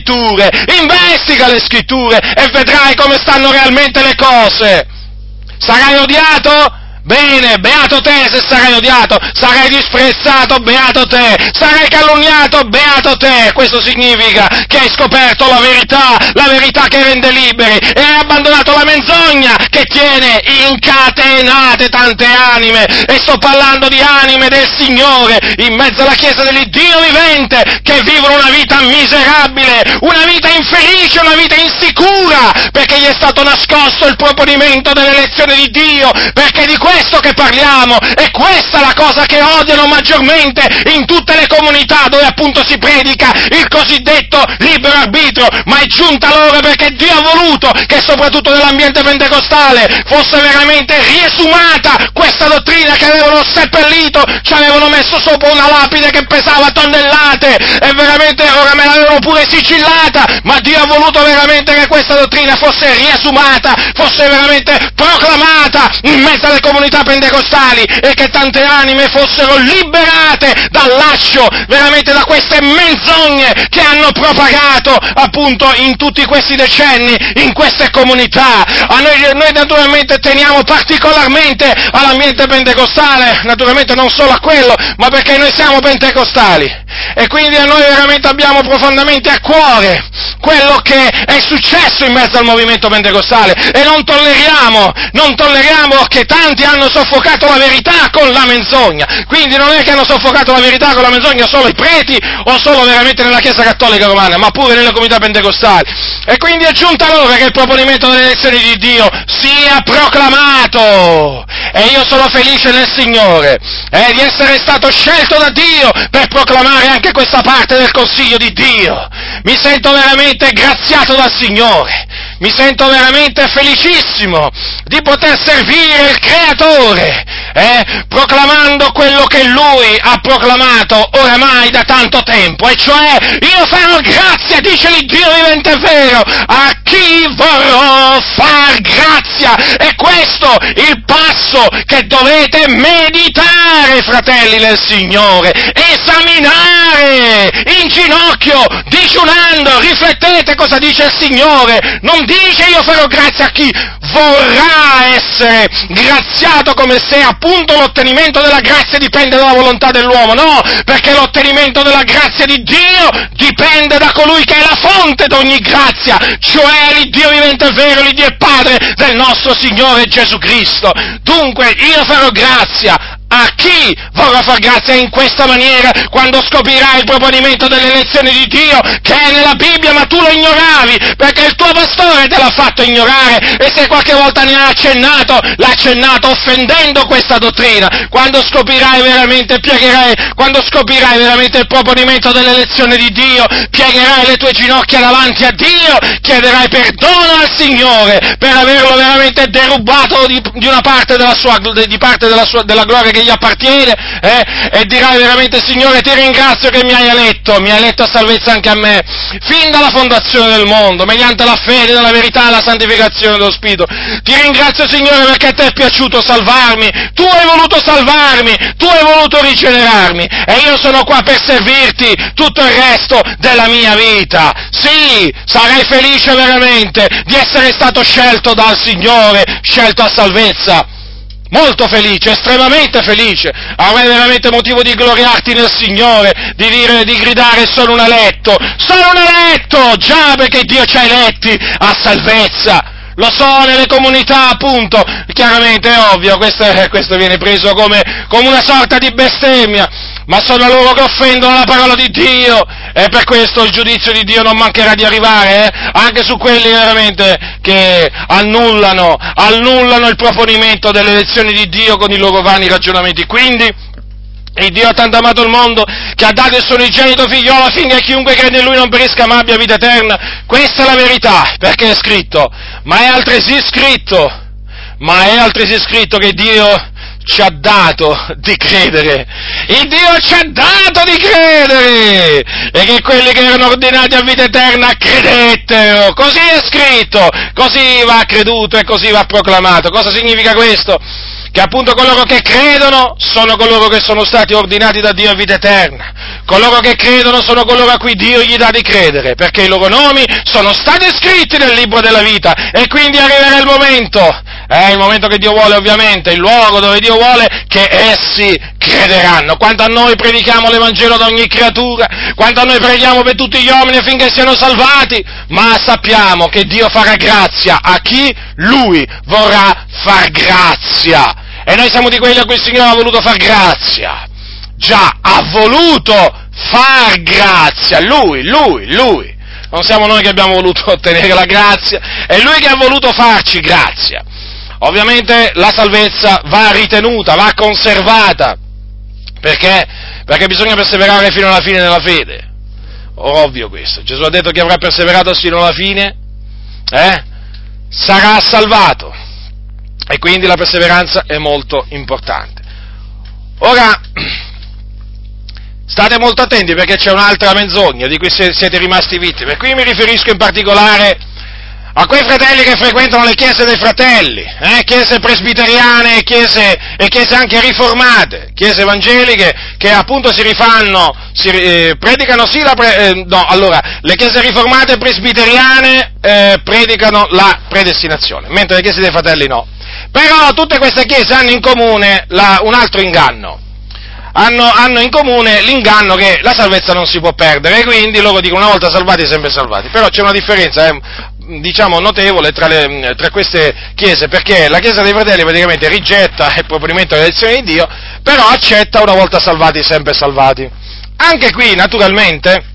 le scritture e vedrai come stanno realmente le cose. Sarai odiato? Bene, beato te se sarai odiato, sarai disprezzato, beato te, sarai calunniato, beato te. Questo significa che hai scoperto la verità che rende liberi, e hai abbandonato la menzogna che tiene incatenate tante anime, e sto parlando di anime del Signore in mezzo alla Chiesa dell'Iddio vivente, che vivono una vita miserabile, una vita infelice, una vita insicura, perché gli è stato nascosto il proponimento dell'elezione di Dio, perché di questo che parliamo, e questa è la cosa che odiano maggiormente in tutte le comunità dove appunto si predica il cosiddetto libero arbitrio, ma è giunta l'ora perché Dio ha voluto che soprattutto nell'ambiente pentecostale fosse veramente riesumata questa dottrina che avevano seppellito, ci avevano messo sopra una lapide che pesava tonnellate e veramente ora me l'avevano pure sigillata, ma Dio ha voluto veramente che questa dottrina fosse riesumata, fosse veramente proclamata in mezzo alle comunità pentecostali, e che tante anime fossero liberate dal laccio, veramente da queste menzogne che hanno propagato appunto in tutti questi decenni in queste comunità. Noi naturalmente teniamo particolarmente all'ambiente pentecostale, naturalmente non solo a quello, ma perché noi siamo pentecostali, e quindi a noi veramente abbiamo profondamente a cuore quello che è successo in mezzo al movimento pentecostale, e non tolleriamo che tanti hanno soffocato la verità con la menzogna. Quindi non è che hanno soffocato la verità con la menzogna solo i preti o solo veramente nella Chiesa Cattolica Romana, ma pure nelle comunità pentecostali. E quindi è giunta l'ora che il proponimento delle elezioni di Dio sia proclamato. E io sono felice nel Signore di essere stato scelto da Dio per proclamare anche questa parte del Consiglio di Dio. Mi sento veramente graziato dal Signore, mi sento veramente felicissimo di poter servire il Creatore, proclamando quello che Lui ha proclamato oramai da tanto tempo, e cioè: io farò grazia, dice l'Iddio vivente e vero, a chi vorrò far grazia. E questo il passo che dovete meditare, fratelli del Signore, esaminare in ginocchio, digiunando, riflettete cosa dice il Signore. Non dice: io farò grazia a chi vorrà essere graziato, come se appunto l'ottenimento della grazia dipende dalla volontà dell'uomo. No, perché l'ottenimento della grazia di Dio dipende da colui che è la fonte di ogni grazia, cioè l'Iddio vivente e vero, l'Iddio e Padre del nostro Signore Gesù Cristo. Dunque io farò grazia a chi vorrà far grazia in questa maniera, quando scoprirai il proponimento delle elezioni di Dio, che è nella Bibbia, ma tu lo ignoravi, perché il tuo pastore te l'ha fatto ignorare, e se qualche volta ne ha accennato, l'ha accennato offendendo questa dottrina. Quando scoprirai veramente, quando scoprirai veramente il proponimento delle elezioni di Dio, piegherai le tue ginocchia davanti a Dio, chiederai perdono al Signore per averlo veramente derubato di una parte della gloria che gli appartiene, e dirai veramente: Signore, ti ringrazio che mi hai eletto a salvezza anche a me, fin dalla fondazione del mondo, mediante la fede, la verità e la santificazione dello Spirito. Ti ringrazio, Signore, perché a te è piaciuto salvarmi, tu hai voluto salvarmi, tu hai voluto rigenerarmi, e io sono qua per servirti tutto il resto della mia vita. Sì, sarai felice veramente di essere stato scelto dal Signore, scelto a salvezza. Molto felice, estremamente felice, avrai veramente motivo di gloriarti nel Signore, di gridare: sono un eletto, già, perché Dio ci ha eletti a salvezza. Lo so, nelle comunità, appunto, chiaramente è ovvio, questo viene preso come una sorta di bestemmia, ma sono loro che offendono la parola di Dio, e per questo il giudizio di Dio non mancherà di arrivare, anche su quelli veramente che annullano il proponimento delle elezioni di Dio con i loro vani ragionamenti. Quindi, il Dio ha tanto amato il mondo che ha dato il suo unigenito figliolo, affinché chiunque crede in Lui non perisca ma abbia vita eterna. Questa è la verità, perché è scritto, ma è altresì scritto che Dio ci ha dato di credere. Il Dio ci ha dato di credere, e che quelli che erano ordinati a vita eterna credettero. Così è scritto, così va creduto e così va proclamato. Cosa significa questo? Che appunto coloro che credono sono coloro che sono stati ordinati da Dio a vita eterna. Coloro che credono sono coloro a cui Dio gli dà di credere, perché i loro nomi sono stati scritti nel libro della vita, e quindi arriverà il momento che Dio vuole, ovviamente, il luogo dove Dio vuole che essi crederanno. Quando a noi predichiamo l'Evangelo ad ogni creatura, quando a noi preghiamo per tutti gli uomini affinché siano salvati, ma sappiamo che Dio farà grazia a chi Lui vorrà far grazia. E noi siamo di quelli a cui il Signore ha voluto far grazia. Già, ha voluto far grazia. Lui. Non siamo noi che abbiamo voluto ottenere la grazia, è Lui che ha voluto farci grazia. Ovviamente la salvezza va ritenuta, va conservata, perché bisogna perseverare fino alla fine della fede. Ovvio questo. Gesù ha detto che avrà perseverato fino alla fine, sarà salvato. E quindi la perseveranza è molto importante. Ora, state molto attenti, perché c'è un'altra menzogna di cui siete rimasti vittime. E qui mi riferisco in particolare a quei fratelli che frequentano le chiese dei fratelli, chiese presbiteriane e chiese anche riformate, chiese evangeliche, che appunto predicano sì le chiese riformate e presbiteriane predicano la predestinazione, mentre le chiese dei fratelli no. Però tutte queste chiese hanno in comune un altro inganno. hanno in comune l'inganno che la salvezza non si può perdere, e quindi loro dicono una volta salvati sempre salvati. Però c'è una differenza, diciamo notevole tra queste chiese, perché la Chiesa dei Fratelli praticamente rigetta il proponimento dell'elezione di Dio, però accetta una volta salvati sempre salvati. Anche qui, naturalmente,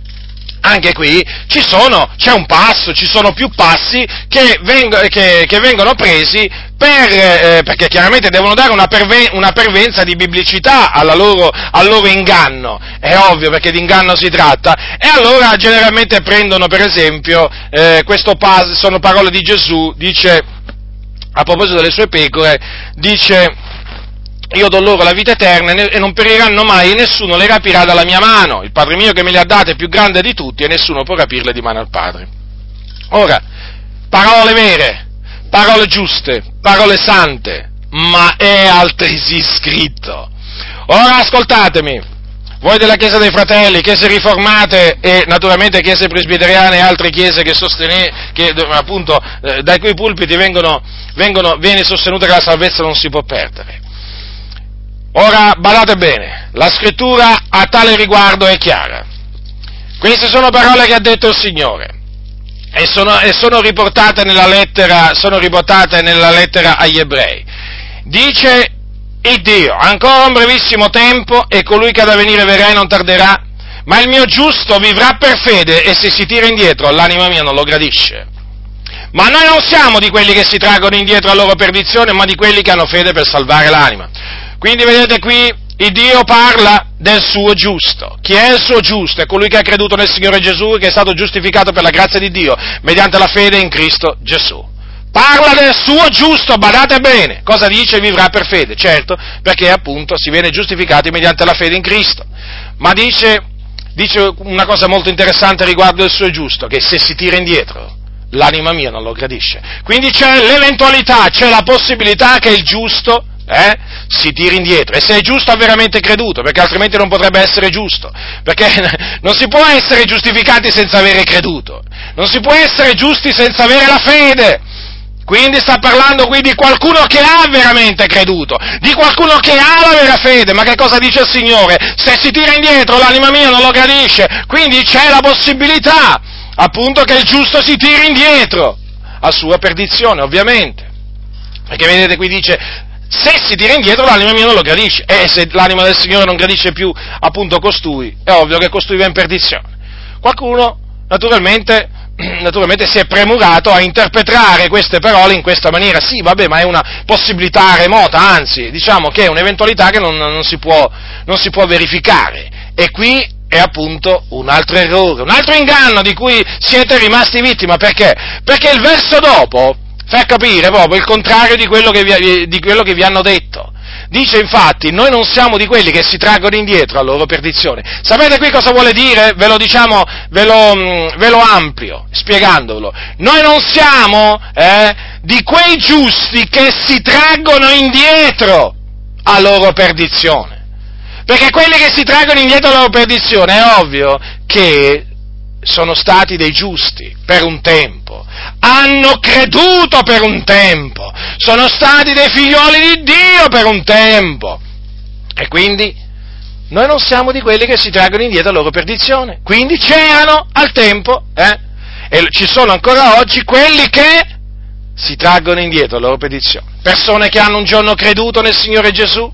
c'è un passo, ci sono più passi che vengono presi perché chiaramente devono dare una pervenza di biblicità al loro inganno, è ovvio, perché di inganno si tratta, e allora generalmente prendono per esempio questo passo, sono parole di Gesù, dice, a proposito delle sue pecore, dice: io do loro la vita eterna e non periranno mai e nessuno le rapirà dalla mia mano. Il Padre mio che me le ha date è più grande di tutti e nessuno può rapirle di mano al Padre. Ora, parole vere, parole giuste, parole sante, ma è altresì scritto. Ora ascoltatemi, voi della Chiesa dei Fratelli, chiese riformate e naturalmente chiese presbiteriane e altre chiese che appunto dai cui pulpiti viene sostenuta che la salvezza non si può perdere. Ora, badate bene, la scrittura a tale riguardo è chiara. Queste sono parole che ha detto il Signore e sono riportate nella lettera agli Ebrei. Dice il Dio: ancora un brevissimo tempo e colui che ha da venire verrà e non tarderà, ma il mio giusto vivrà per fede e se si tira indietro l'anima mia non lo gradisce. Ma noi non siamo di quelli che si traggono indietro alla loro perdizione, ma di quelli che hanno fede per salvare l'anima. Quindi vedete qui, il Dio parla del suo giusto. Chi è il suo giusto? È colui che ha creduto nel Signore Gesù, che è stato giustificato per la grazia di Dio, mediante la fede in Cristo Gesù. Parla del suo giusto, badate bene. Cosa dice? Vivrà per fede, certo, perché appunto si viene giustificati mediante la fede in Cristo. Ma dice una cosa molto interessante riguardo il suo giusto, che se si tira indietro, l'anima mia non lo gradisce. Quindi c'è l'eventualità, c'è la possibilità che il giusto si tiri indietro, e se è giusto ha veramente creduto, perché altrimenti non potrebbe essere giusto, perché non si può essere giustificati senza avere creduto, non si può essere giusti senza avere la fede. Quindi sta parlando qui di qualcuno che ha veramente creduto, di qualcuno che ha la vera fede. Ma che cosa dice il Signore? Se si tira indietro l'anima mia non lo gradisce. Quindi c'è la possibilità appunto che il giusto si tiri indietro a sua perdizione, ovviamente, perché vedete qui dice: se si tira indietro l'anima mia non lo gradisce, e se l'anima del Signore non gradisce più appunto costui, è ovvio che costui va in perdizione. Qualcuno naturalmente si è premurato a interpretare queste parole in questa maniera. Sì, vabbè, ma è una possibilità remota, anzi, diciamo che è un'eventualità che non si può verificare, e qui è appunto un altro errore, un altro inganno di cui siete rimasti vittima. Perché? Perché il verso dopo fa capire proprio il contrario di quello che vi hanno detto. Dice infatti: noi non siamo di quelli che si traggono indietro alla loro perdizione. Sapete qui cosa vuole dire? Ve lo amplio, spiegandovelo. Noi non siamo di quei giusti che si traggono indietro alla loro perdizione. Perché quelli che si traggono indietro alla loro perdizione è ovvio che sono stati dei giusti per un tempo, hanno creduto per un tempo, sono stati dei figlioli di Dio per un tempo, e quindi noi non siamo di quelli che si traggono indietro alla loro perdizione. Quindi c'erano al tempo, e ci sono ancora oggi quelli che si traggono indietro alla loro perdizione, persone che hanno un giorno creduto nel Signore Gesù,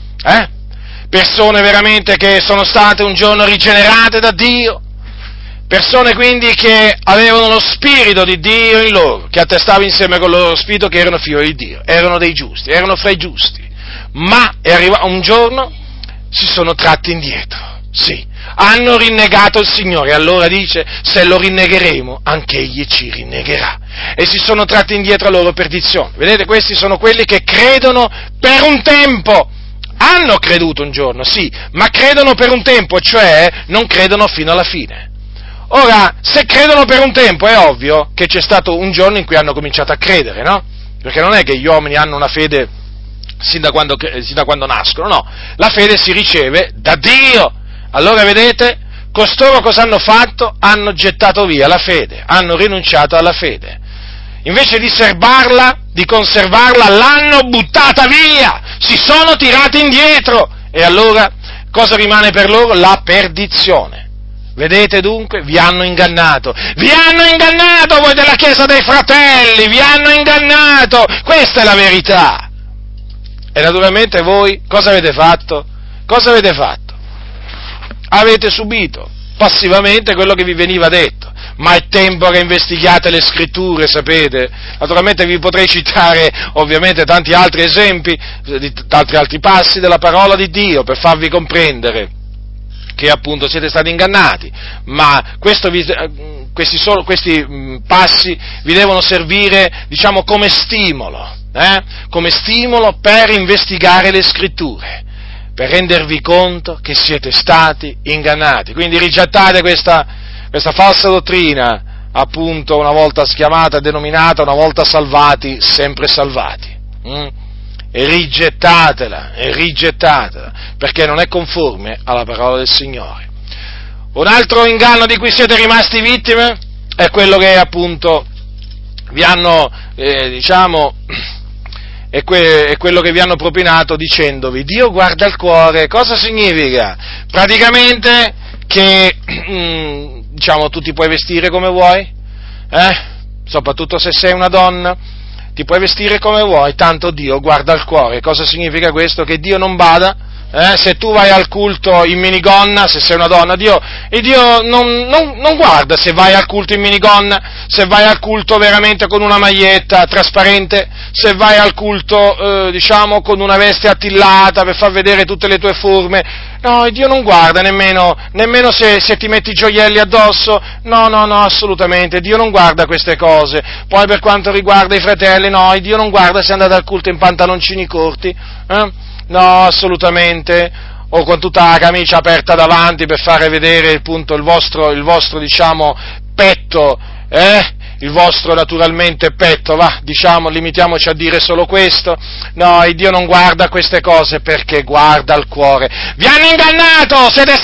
persone veramente che sono state un giorno rigenerate da Dio, persone quindi che avevano lo Spirito di Dio in loro, che attestava insieme con il loro Spirito che erano figli di Dio, erano dei giusti, erano fra i giusti, ma un giorno si sono tratti indietro, sì, hanno rinnegato il Signore, allora dice: se lo rinnegheremo, anche Egli ci rinnegherà, e si sono tratti indietro a loro perdizione. Vedete, questi sono quelli che credono per un tempo. Hanno creduto un giorno, sì, ma credono per un tempo, cioè non credono fino alla fine. Ora, se credono per un tempo, è ovvio che c'è stato un giorno in cui hanno cominciato a credere, no? Perché non è che gli uomini hanno una fede sin da quando nascono, no, la fede si riceve da Dio. Allora vedete, costoro cosa hanno fatto? Hanno gettato via la fede, hanno rinunciato alla fede. Invece di serbarla, di conservarla, l'hanno buttata via, si sono tirati indietro. E allora Cosa rimane per loro? La perdizione. Vedete dunque? Vi hanno ingannato voi della Chiesa dei Fratelli, vi hanno ingannato, questa è la verità. E naturalmente voi cosa avete fatto? Avete subito passivamente quello che vi veniva detto. Ma è tempo che investighiate le Scritture, sapete? Naturalmente vi potrei citare ovviamente tanti altri esempi, di tanti altri passi della parola di Dio per farvi comprendere che appunto siete stati ingannati, ma questi passi vi devono servire, diciamo, come stimolo per investigare le Scritture, per rendervi conto che siete stati ingannati. Quindi rigettate questa falsa dottrina, appunto, una volta schiamata e denominata, una volta salvati, sempre salvati. E rigettatela, perché non è conforme alla parola del Signore. Un altro inganno di cui siete rimasti vittime è quello che appunto vi hanno, è quello che vi hanno propinato dicendovi: Dio guarda il cuore. Cosa significa? Praticamente che, tu ti puoi vestire come vuoi, soprattutto se sei una donna, ti puoi vestire come vuoi, tanto Dio guarda il cuore. Cosa significa questo? Che Dio non bada? Se tu vai al culto in minigonna, se sei una donna, Dio non guarda se vai al culto in minigonna, se vai al culto veramente con una maglietta trasparente, se vai al culto, con una veste attillata per far vedere tutte le tue forme. No, Dio non guarda nemmeno se ti metti i gioielli addosso. No, assolutamente, Dio non guarda queste cose. Poi per quanto riguarda i fratelli, no, Dio non guarda se andate al culto in pantaloncini corti, No, assolutamente, o con tutta la camicia aperta davanti per fare vedere appunto il vostro petto, il vostro naturalmente petto, limitiamoci a dire solo questo. No, il Dio non guarda queste cose, perché guarda il cuore. Vi hanno ingannato, siete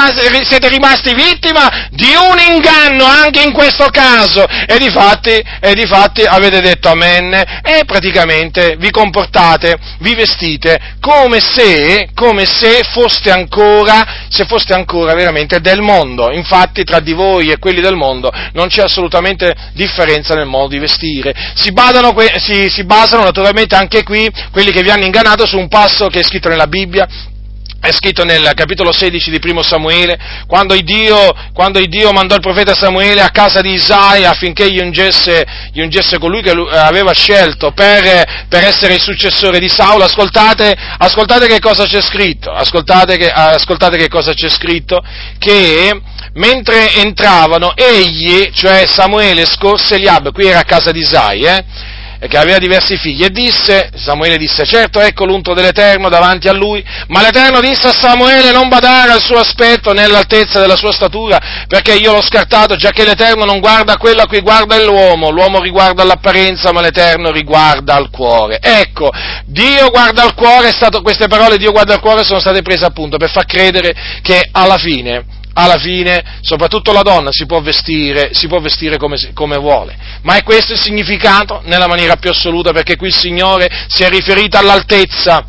rimasti vittima di un inganno anche in questo caso, e difatti avete detto amen, e praticamente vi comportate, vi vestite come se foste ancora veramente del mondo. Infatti tra di voi e quelli del mondo non c'è assolutamente differenza nel modo di vestire. Si basano naturalmente anche qui quelli che vi hanno ingannato su un passo che è scritto nella Bibbia. È scritto nel capitolo 16 di Primo Samuele, quando Dio mandò il profeta Samuele a casa di Isai affinché gli ungesse colui che aveva scelto per essere il successore di Saulo. Ascoltate che cosa c'è scritto, ascoltate che cosa c'è scritto, che mentre entravano egli, cioè Samuele, scorse Eliab, qui era a casa di Isai, che aveva diversi figli, e Samuele disse: certo, ecco l'unto dell'Eterno davanti a lui, ma l'Eterno disse a Samuele: non badare al suo aspetto né all'altezza della sua statura, perché io l'ho scartato, giacché l'Eterno non guarda quello a cui guarda l'uomo riguarda l'apparenza, ma l'Eterno riguarda al cuore. Ecco, Dio guarda al cuore, queste parole Dio guarda al cuore sono state prese appunto per far credere che alla fine, soprattutto la donna si può vestire come vuole, ma è questo il significato nella maniera più assoluta, perché qui il Signore si è riferito all'altezza,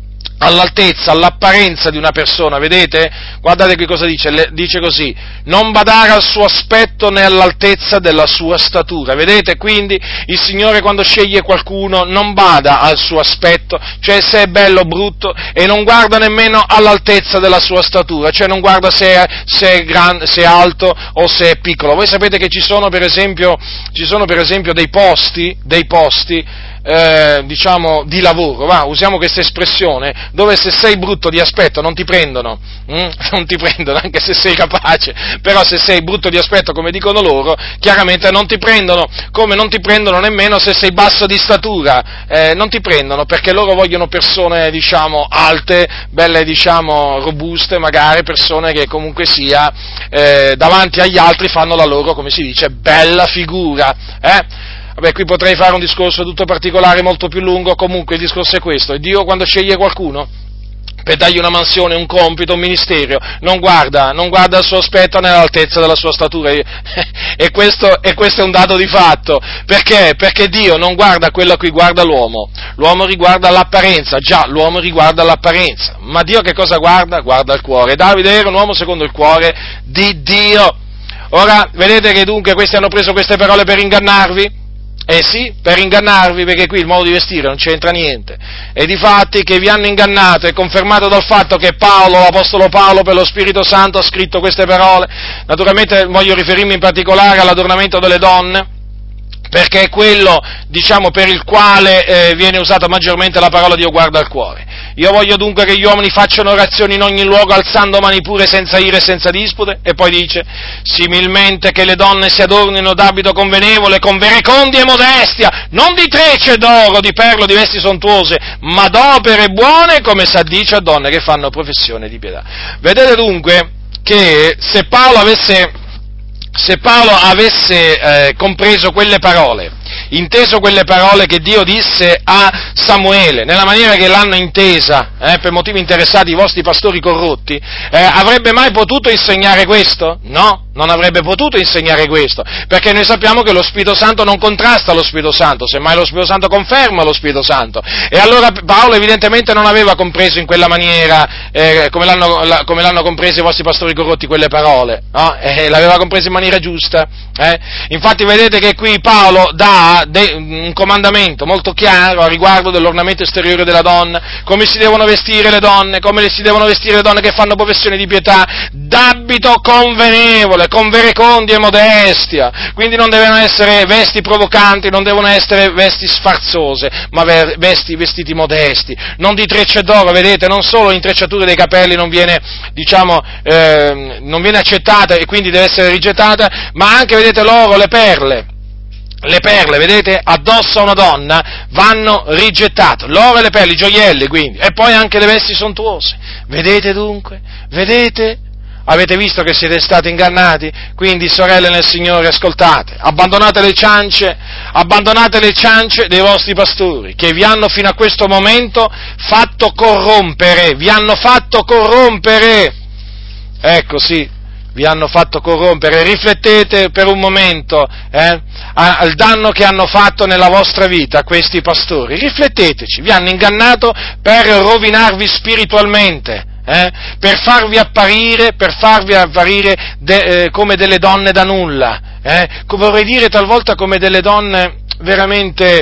all'apparenza di una persona, vedete? Guardate che cosa dice così: non badare al suo aspetto né all'altezza della sua statura, vedete? Quindi il Signore, quando sceglie qualcuno, non bada al suo aspetto, cioè se è bello o brutto, e non guarda nemmeno all'altezza della sua statura, cioè non guarda se è alto o se è piccolo. Voi sapete che ci sono per esempio dei posti, di lavoro, usiamo questa espressione, dove se sei brutto di aspetto non ti prendono, anche se sei capace, però se sei brutto di aspetto, come dicono loro, chiaramente non ti prendono, come non ti prendono nemmeno se sei basso di statura, non ti prendono, perché loro vogliono persone, alte, belle, robuste, magari persone che comunque sia, davanti agli altri fanno la loro, come si dice, bella figura, Vabbè, qui potrei fare un discorso tutto particolare, molto più lungo, comunque il discorso è questo: Dio, quando sceglie qualcuno, per dargli una mansione, un compito, un ministero, non guarda il suo aspetto nell'altezza della sua statura, e questo è un dato di fatto. Perché? Perché Dio non guarda quello a cui guarda l'uomo riguarda l'apparenza, già, l'uomo riguarda l'apparenza, ma Dio che cosa guarda? Guarda il cuore. Davide era un uomo secondo il cuore di Dio. Ora, vedete che dunque questi hanno preso queste parole per ingannarvi? Eh sì, per ingannarvi, perché qui il modo di vestire non c'entra niente. E difatti che vi hanno ingannato è confermato dal fatto che Paolo, l'Apostolo Paolo, per lo Spirito Santo ha scritto queste parole. Naturalmente voglio riferirmi in particolare all'adornamento delle donne, perché è quello, diciamo, per il quale viene usata maggiormente la parola Dio guarda al cuore. Io voglio dunque che gli uomini facciano orazioni in ogni luogo, alzando mani pure, senza ire e senza dispute, e poi dice, similmente che le donne si adornino d'abito convenevole, con verecondia e modestia, non di trecce d'oro, di perlo, di vesti sontuose, ma d'opere buone, come s'addice a donne che fanno professione di pietà. Vedete dunque che se Paolo avesse compreso quelle parole, inteso quelle parole che Dio disse a Samuele, nella maniera che l'hanno intesa, per motivi interessati i vostri pastori corrotti, avrebbe mai potuto insegnare questo? No, non avrebbe potuto insegnare questo, perché noi sappiamo che lo Spirito Santo non contrasta lo Spirito Santo, semmai lo Spirito Santo conferma lo Spirito Santo, e allora Paolo evidentemente non aveva compreso in quella maniera, come l'hanno compreso i vostri pastori corrotti quelle parole, no? L'aveva compreso in maniera giusta, Infatti vedete che qui Paolo dà un comandamento molto chiaro a riguardo dell'ornamento esteriore della donna, come si devono vestire le donne, come si devono vestire le donne che fanno professione di pietà, d'abito convenevole, con verecondia e modestia, quindi non devono essere vesti provocanti, non devono essere vesti sfarzose, ma vestiti modesti, non di trecce d'oro, vedete, non solo l'intrecciatura dei capelli non viene, non viene accettata e quindi deve essere rigettata, ma anche, vedete, l'oro, le perle, vedete, addosso a una donna vanno rigettate, l'oro e le perle, i gioielli, quindi, e poi anche le vesti sontuose. Vedete dunque? Vedete? Avete visto che siete stati ingannati? Quindi, sorelle nel Signore, ascoltate, abbandonate le ciance dei vostri pastori, che vi hanno fino a questo momento fatto corrompere, ecco sì, vi hanno fatto corrompere. Riflettete per un momento al danno che hanno fatto nella vostra vita questi pastori, rifletteteci, vi hanno ingannato per rovinarvi spiritualmente, per farvi apparire come delle donne da nulla, vorrei dire talvolta come delle donne veramente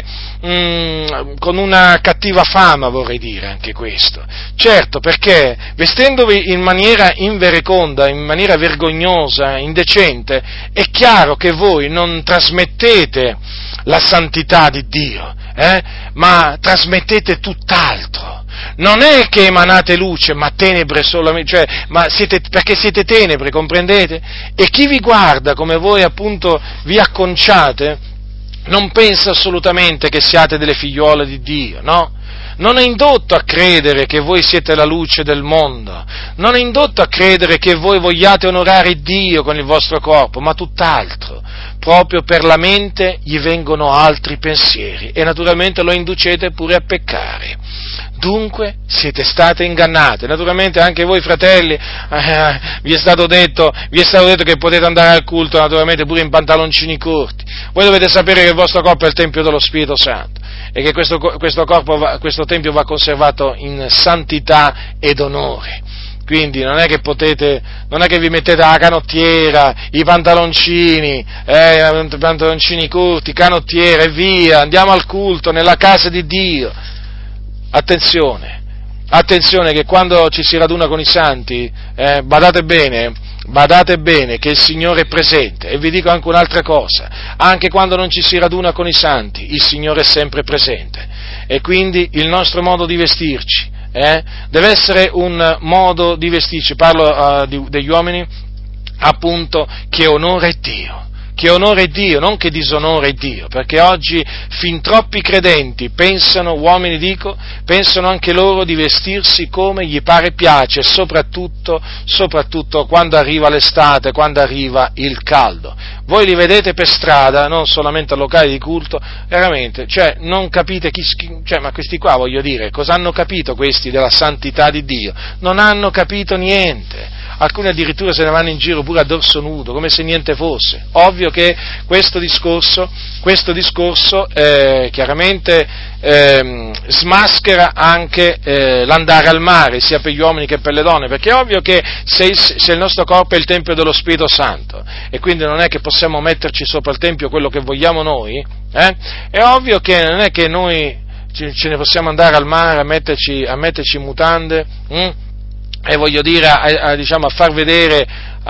con una cattiva fama, vorrei dire anche questo. Certo, perché vestendovi in maniera invereconda, in maniera vergognosa, indecente, è chiaro che voi non trasmettete la santità di Dio, ma trasmettete tutt'altro. Non è che emanate luce, ma tenebre solamente, perché siete tenebre, comprendete? E chi vi guarda come voi appunto vi acconciate, non pensa assolutamente che siate delle figliuole di Dio, no? Non è indotto a credere che voi siete la luce del mondo, non è indotto a credere che voi vogliate onorare Dio con il vostro corpo, ma tutt'altro. Proprio per la mente gli vengono altri pensieri e naturalmente lo inducete pure a peccare. Dunque siete state ingannate. Naturalmente anche voi fratelli, vi è stato detto che potete andare al culto naturalmente pure in pantaloncini corti. Voi dovete sapere che il vostro corpo è il Tempio dello Spirito Santo e che questo Tempio va conservato in santità ed onore. Quindi non è che vi mettete la canottiera, i pantaloncini corti, canottiera e via, andiamo al culto nella casa di Dio. Attenzione che quando ci si raduna con i santi, badate bene che il Signore è presente. E vi dico anche un'altra cosa, anche quando non ci si raduna con i santi, il Signore è sempre presente. E quindi il nostro modo di vestirci, deve essere un modo di vestirci, parlo degli uomini, appunto, che onora Dio. Che onora Dio, non che disonora Dio, perché oggi fin troppi credenti pensano anche loro di vestirsi come gli pare piace, soprattutto quando arriva l'estate, quando arriva il caldo. voi li vedete per strada, non solamente a locali di culto, veramente, cioè non capite ma questi qua, voglio dire, cosa hanno capito questi della santità di Dio? Non hanno capito niente. Alcuni addirittura se ne vanno in giro pure a dorso nudo, come se niente fosse. Ovvio che questo discorso chiaramente smaschera anche l'andare al mare, sia per gli uomini che per le donne, perché è ovvio che se il nostro corpo è il Tempio dello Spirito Santo, e quindi non è che possiamo metterci sopra il Tempio quello che vogliamo noi, è ovvio che non è che noi ce ne possiamo andare al mare a metterci in mutande, e voglio dire, a far vedere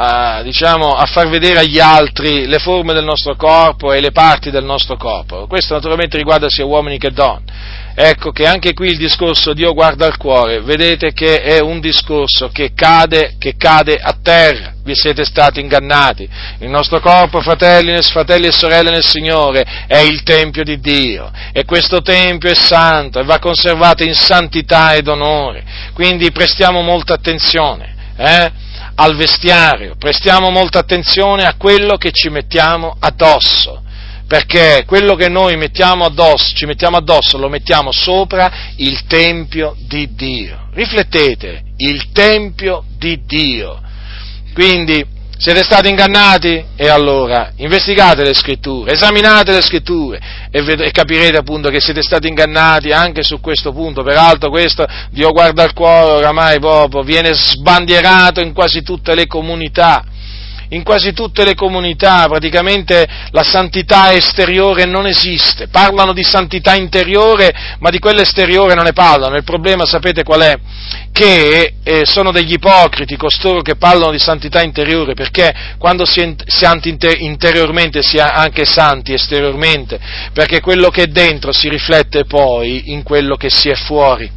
agli altri le forme del nostro corpo e le parti del nostro corpo. Questo naturalmente riguarda sia uomini che donne. Ecco che anche qui il discorso Dio guarda al cuore, vedete che è un discorso che cade a terra. Vi siete stati ingannati. Il nostro corpo, fratelli e sorelle nel Signore, è il Tempio di Dio, e questo Tempio è santo e va conservato in santità ed onore. Quindi prestiamo molta attenzione al vestiario, prestiamo molta attenzione a quello che ci mettiamo addosso, perché quello che noi ci mettiamo addosso, lo mettiamo sopra il Tempio di Dio. Riflettete, il Tempio di Dio. Quindi, siete stati ingannati? E allora, investigate le Scritture, esaminate le Scritture, e capirete appunto che siete stati ingannati anche su questo punto. Peraltro questo, Dio guarda al cuore, oramai proprio, viene sbandierato in quasi tutte le comunità. In quasi tutte le comunità praticamente la santità esteriore non esiste, parlano di santità interiore, ma di quella esteriore non ne parlano. Il problema sapete qual è? Che sono degli ipocriti costoro che parlano di santità interiore, perché quando si è santi interiormente si è anche santi esteriormente, perché quello che è dentro si riflette poi in quello che si è fuori.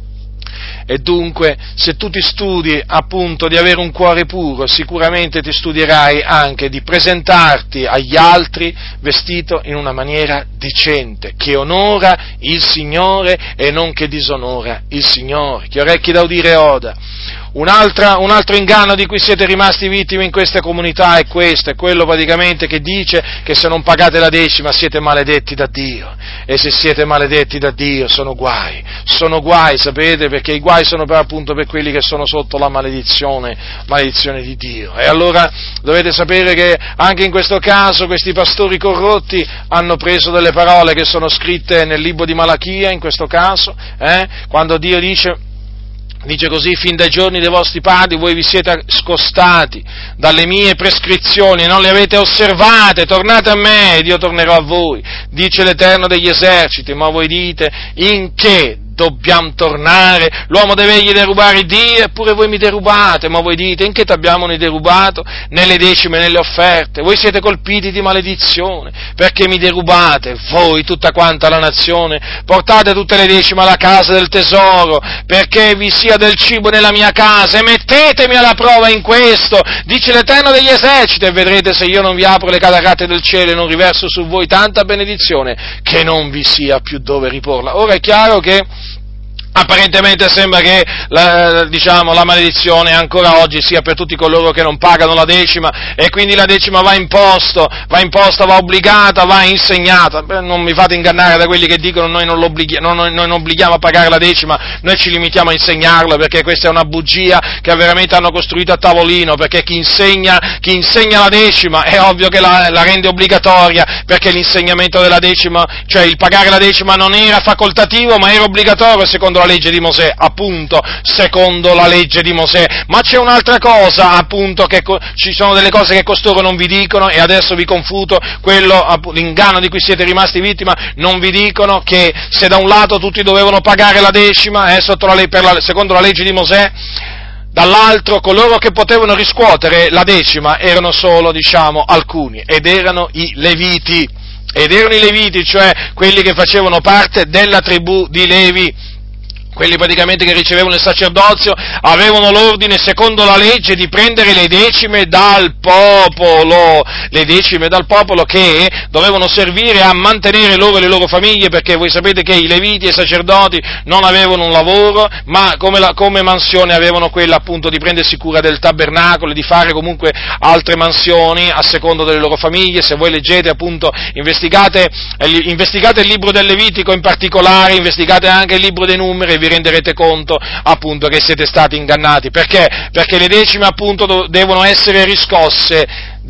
E dunque, se tu ti studi appunto di avere un cuore puro, sicuramente ti studierai anche di presentarti agli altri vestito in una maniera decente, che onora il Signore e non che disonora il Signore. Chi ha orecchi da udire oda. Un altro inganno di cui siete rimasti vittime in queste comunità è questo, è quello praticamente che dice che se non pagate la decima siete maledetti da Dio, e se siete maledetti da Dio sono guai, sapete, perché i guai sono appunto per quelli che sono sotto la maledizione di Dio. E allora dovete sapere che anche in questo caso questi pastori corrotti hanno preso delle parole che sono scritte nel libro di Malachia, in questo caso, quando Dio dice così: fin dai giorni dei vostri padri voi vi siete scostati dalle mie prescrizioni, non le avete osservate, tornate a me ed io tornerò a voi, dice l'Eterno degli eserciti. Ma voi dite: in che dobbiamo tornare? L'uomo deve egli derubare Dio, eppure voi mi derubate. Ma voi dite: in che t'abbiamo noi derubato? Nelle decime, nelle offerte. Voi siete colpiti di maledizione, perché mi derubate, voi, tutta quanta la nazione. Portate tutte le decime alla casa del tesoro, perché vi sia del cibo nella mia casa, e mettetemi alla prova in questo, dice l'Eterno degli eserciti, e vedrete se io non vi apro le cataratte del cielo e non riverso su voi tanta benedizione che non vi sia più dove riporla. Ora è chiaro che apparentemente sembra che la maledizione ancora oggi sia per tutti coloro che non pagano la decima, e quindi la decima va imposta, va obbligata, va insegnata. Non mi fate ingannare da quelli che dicono noi non obblighiamo a pagare la decima, noi ci limitiamo a insegnarla, perché questa è una bugia che veramente hanno costruito a tavolino, perché chi insegna la decima è ovvio che la rende obbligatoria, perché l'insegnamento della decima, cioè il pagare la decima non era facoltativo ma era obbligatorio secondo la legge di Mosè, appunto, secondo la legge di Mosè. Ma c'è un'altra cosa, appunto, che ci sono delle cose che costoro non vi dicono, e adesso vi confuto l'inganno di cui siete rimasti vittima. Non vi dicono che se da un lato tutti dovevano pagare la decima, secondo la legge di Mosè, dall'altro coloro che potevano riscuotere la decima erano solo, alcuni, ed erano i Leviti, cioè quelli che facevano parte della tribù di Levi. quelli praticamente che ricevevano il sacerdozio, avevano l'ordine, secondo la legge, di prendere le decime dal popolo che dovevano servire a mantenere loro e le loro famiglie, perché voi sapete che i leviti e i sacerdoti non avevano un lavoro, ma come mansione avevano quella appunto di prendersi cura del tabernacolo e di fare comunque altre mansioni a secondo delle loro famiglie. Se voi leggete appunto, investigate il libro del Levitico in particolare, investigate anche il libro dei Numeri, vi renderete conto appunto che siete stati ingannati. Perché? Perché le decime appunto devono essere riscosse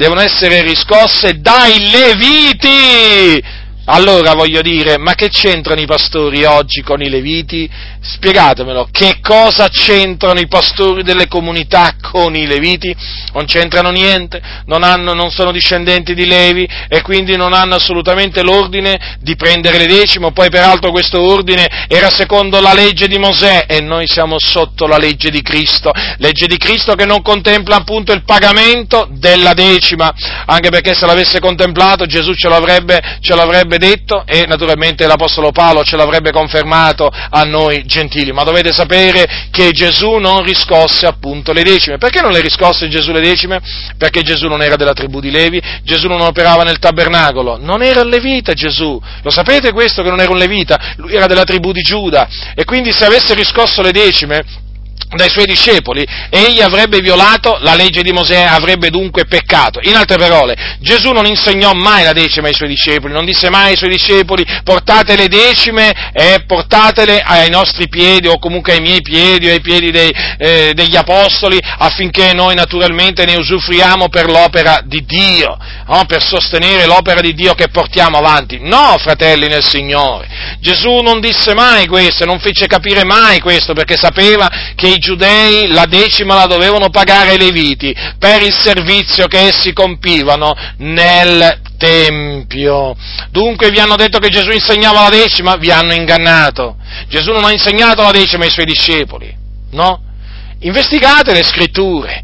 dai Leviti. Allora voglio dire, ma che c'entrano i pastori oggi con i Leviti? Spiegatemelo, che cosa c'entrano i pastori delle comunità con i Leviti? Non c'entrano niente, non sono discendenti di Levi e quindi non hanno assolutamente l'ordine di prendere le decime. Poi peraltro questo ordine era secondo la legge di Mosè e noi siamo sotto la legge di Cristo che non contempla appunto il pagamento della decima, anche perché se l'avesse contemplato Gesù ce l'avrebbe detto e naturalmente l'Apostolo Paolo ce l'avrebbe confermato a noi gentili. Ma dovete sapere che Gesù non riscosse appunto le decime. Perché non le riscosse Gesù le decime? Perché Gesù non era della tribù di Levi, Gesù non operava nel tabernacolo, non era un levita Gesù, lo sapete questo che non era un levita? Lui era della tribù di Giuda e quindi se avesse riscosso le decime dai suoi discepoli, egli avrebbe violato la legge di Mosè, avrebbe dunque peccato. In altre parole, Gesù non insegnò mai la decima ai suoi discepoli, non disse mai ai suoi discepoli portate le decime e portatele ai nostri piedi o comunque ai miei piedi o ai piedi degli apostoli affinché noi naturalmente ne usufruiamo per l'opera di Dio, no? Per sostenere l'opera di Dio che portiamo avanti. No, fratelli nel Signore, Gesù non disse mai questo, non fece capire mai questo, perché sapeva che i giudei la decima la dovevano pagare ai Leviti per il servizio che essi compivano nel Tempio. Dunque vi hanno detto che Gesù insegnava la decima, vi hanno ingannato. Gesù non ha insegnato la decima ai suoi discepoli, no? Investigate le scritture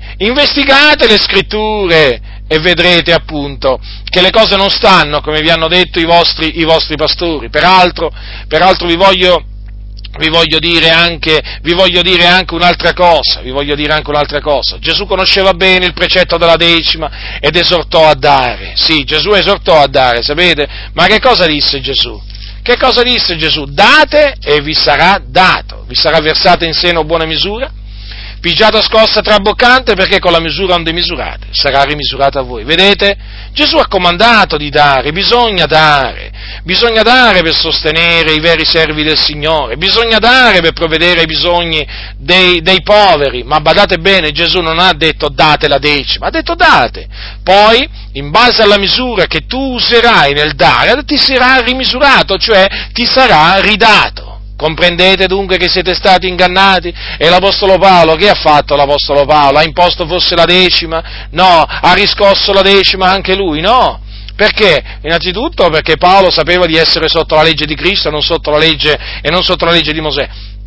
e vedrete appunto che le cose non stanno come vi hanno detto i vostri pastori. Peraltro vi voglio dire anche un'altra cosa. Gesù conosceva bene il precetto della decima ed esortò a dare. Sì, Gesù esortò a dare, sapete? Ma che cosa disse Gesù? Date e vi sarà dato, vi sarà versata in seno buona misura, pigiata, scossa, traboccante, perché con la misura onde misurate sarà rimisurata a voi. Vedete? Gesù ha comandato di dare, bisogna dare per sostenere i veri servi del Signore, bisogna dare per provvedere ai bisogni dei poveri, ma badate bene, Gesù non ha detto date la decima, ha detto date, poi in base alla misura che tu userai nel dare ti sarà rimisurato, cioè ti sarà ridato. Comprendete dunque che siete stati ingannati? E l'Apostolo Paolo, che ha fatto l'Apostolo Paolo? Ha imposto forse la decima? No. Ha riscosso la decima anche lui? No. Perché? Innanzitutto perché Paolo sapeva di essere sotto la legge di Cristo e non sotto la legge di Mosè.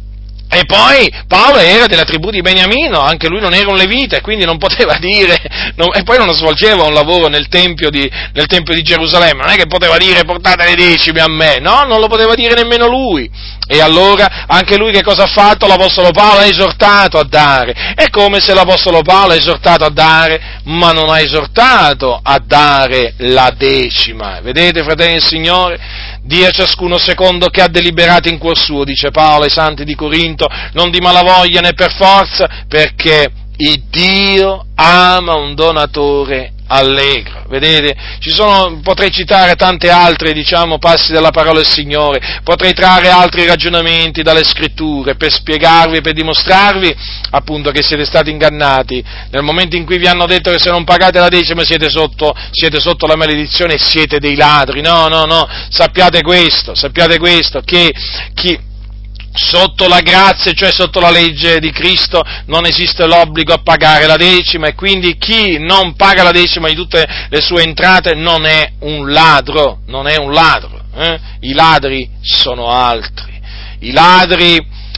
E poi Paolo era della tribù di Beniamino, anche lui non era un levita e quindi non poteva dire, e poi non svolgeva un lavoro nel Tempio di Gerusalemme, non è che poteva dire portate le decime a me, no, non lo poteva dire nemmeno lui. E allora anche lui che cosa ha fatto? L'Apostolo Paolo ha esortato a dare. È come se l'Apostolo Paolo ha esortato a dare, ma non ha esortato a dare la decima. Vedete, fratelli del Signore? Dia a ciascuno secondo che ha deliberato in cuor suo, dice Paolo ai santi di Corinto, non di malavoglia né per forza, perché il Dio ama un donatore allegro. Vedete? Potrei citare tante altre, passi della parola del Signore, potrei trarre altri ragionamenti dalle scritture per spiegarvi, per dimostrarvi appunto che siete stati ingannati nel momento in cui vi hanno detto che se non pagate la decima siete sotto la maledizione e siete dei ladri. No, sappiate questo, che chi sotto la grazia, cioè sotto la legge di Cristo, non esiste l'obbligo a pagare la decima e quindi chi non paga la decima di tutte le sue entrate non è un ladro. I ladri sono altri. I ladri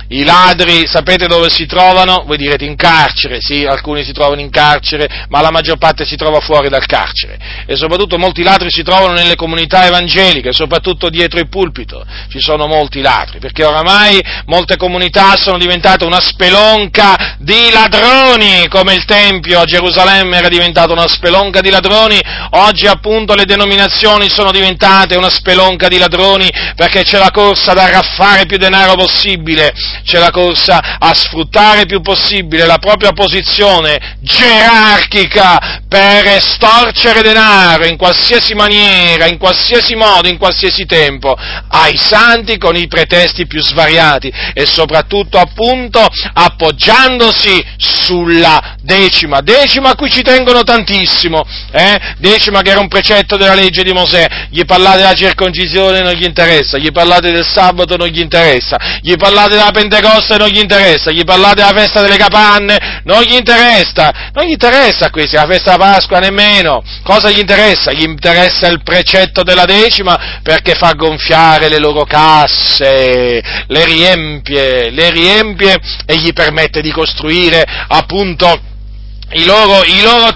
I ladri, sapete dove si trovano? Voi direte in carcere, sì, alcuni si trovano in carcere, ma la maggior parte si trova fuori dal carcere. E soprattutto molti ladri si trovano nelle comunità evangeliche, soprattutto dietro il pulpito. Ci sono molti ladri, perché oramai molte comunità sono diventate una spelonca di ladroni, come il Tempio a Gerusalemme era diventato una spelonca di ladroni. Oggi appunto le denominazioni sono diventate una spelonca di ladroni, perché c'è la corsa ad arraffare più denaro possibile, c'è la corsa a sfruttare più possibile la propria posizione gerarchica per estorcere denaro in qualsiasi maniera, in qualsiasi modo, in qualsiasi tempo, ai santi con i pretesti più svariati e soprattutto appunto appoggiandosi sulla decima a cui ci tengono tantissimo, decima che era un precetto della legge di Mosè. Gli parlate della circoncisione, non gli interessa, gli parlate del sabato, non gli interessa, gli parlate della Pentecoste, non gli interessa, gli parlate della festa delle capanne, non gli interessa a questi, la festa della Pasqua nemmeno. Cosa gli interessa? Gli interessa il precetto della decima, perché fa gonfiare le loro casse, le riempie e gli permette di costruire appunto i loro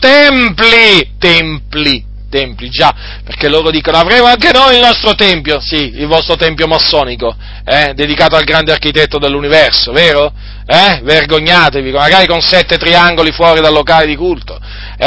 templi, già, perché loro dicono: avremo anche noi il nostro tempio, sì, il vostro tempio massonico, dedicato al grande architetto dell'universo, vero? Vergognatevi, magari con 7 triangoli fuori dal locale di culto,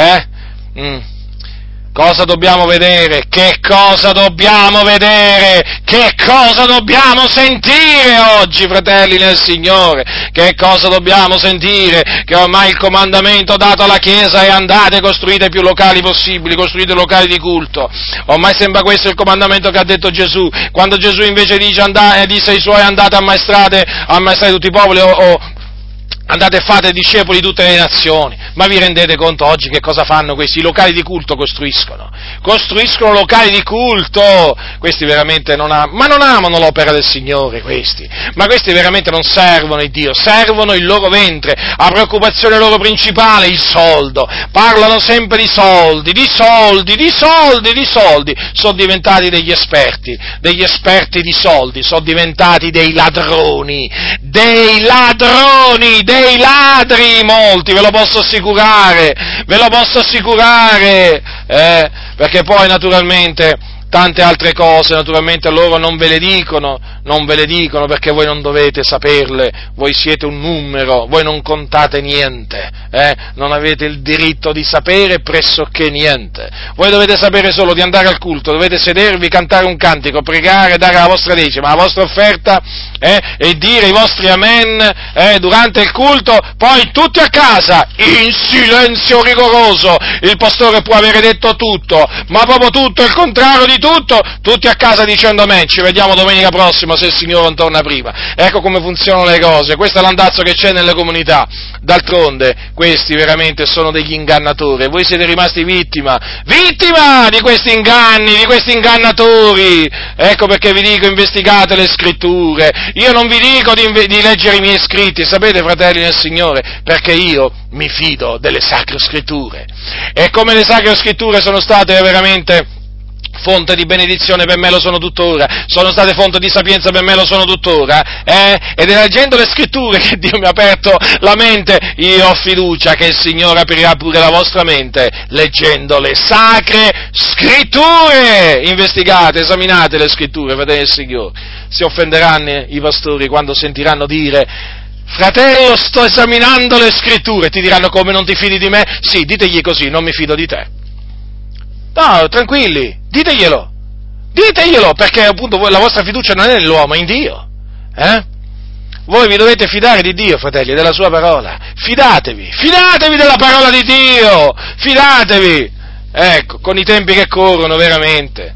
Cosa dobbiamo vedere? Che cosa dobbiamo vedere? Che cosa dobbiamo sentire oggi, fratelli nel Signore? Che cosa dobbiamo sentire? Che ormai il comandamento dato alla Chiesa è: andate, costruite più locali possibili, costruite locali di culto. Ormai sembra questo il comandamento che ha detto Gesù, quando Gesù invece disse ai Suoi: andate, ammaestrate tutti i popoli, andate e fate discepoli di tutte le nazioni. Ma vi rendete conto oggi che cosa fanno questi? I locali di culto costruiscono locali di culto. Questi veramente non amano l'opera del Signore, questi veramente non servono il Dio, servono il loro ventre, la preoccupazione loro principale, il soldo. Parlano sempre di soldi, sono diventati degli esperti di soldi, sono diventati dei ladroni, dei ladri molti, ve lo posso assicurare, perché poi naturalmente tante altre cose, naturalmente loro non ve le dicono perché voi non dovete saperle, voi siete un numero, voi non contate niente, non avete il diritto di sapere pressoché niente, voi dovete sapere solo di andare al culto, dovete sedervi, cantare un cantico, pregare, dare la vostra decima, la vostra offerta, e dire i vostri amen, durante il culto, poi tutti a casa, in silenzio rigoroso. Il pastore può avere detto tutto, ma proprio tutto, il contrario di tutto, tutti a casa dicendo amen. Ci vediamo domenica prossima se il Signore non torna prima. Ecco come funzionano le cose, questo è l'andazzo che c'è nelle comunità. D'altronde, questi veramente sono degli ingannatori, e voi siete rimasti vittima di questi inganni, di questi ingannatori. Ecco perché vi dico: investigate le scritture. Io non vi dico di leggere i miei scritti, sapete, fratelli nel Signore, perché io mi fido delle Sacre Scritture. E come le Sacre Scritture sono state veramente fonte di benedizione, per me lo sono tuttora, sono state fonte di sapienza, per me lo sono tuttora, ed è leggendo le scritture che Dio mi ha aperto la mente. Io ho fiducia che il Signore aprirà pure la vostra mente, leggendo le Sacre Scritture. Investigate, esaminate le scritture, fratelli del Signore. Si offenderanno i pastori quando sentiranno dire: fratello, sto esaminando le scritture. Ti diranno: come, non ti fidi di me? Sì, ditegli così: non mi fido di te. No, tranquilli, diteglielo, perché appunto la vostra fiducia non è nell'uomo, è in Dio, Voi vi dovete fidare di Dio, fratelli, della sua parola. Fidatevi della parola di Dio, fidatevi. Ecco, con i tempi che corrono, veramente,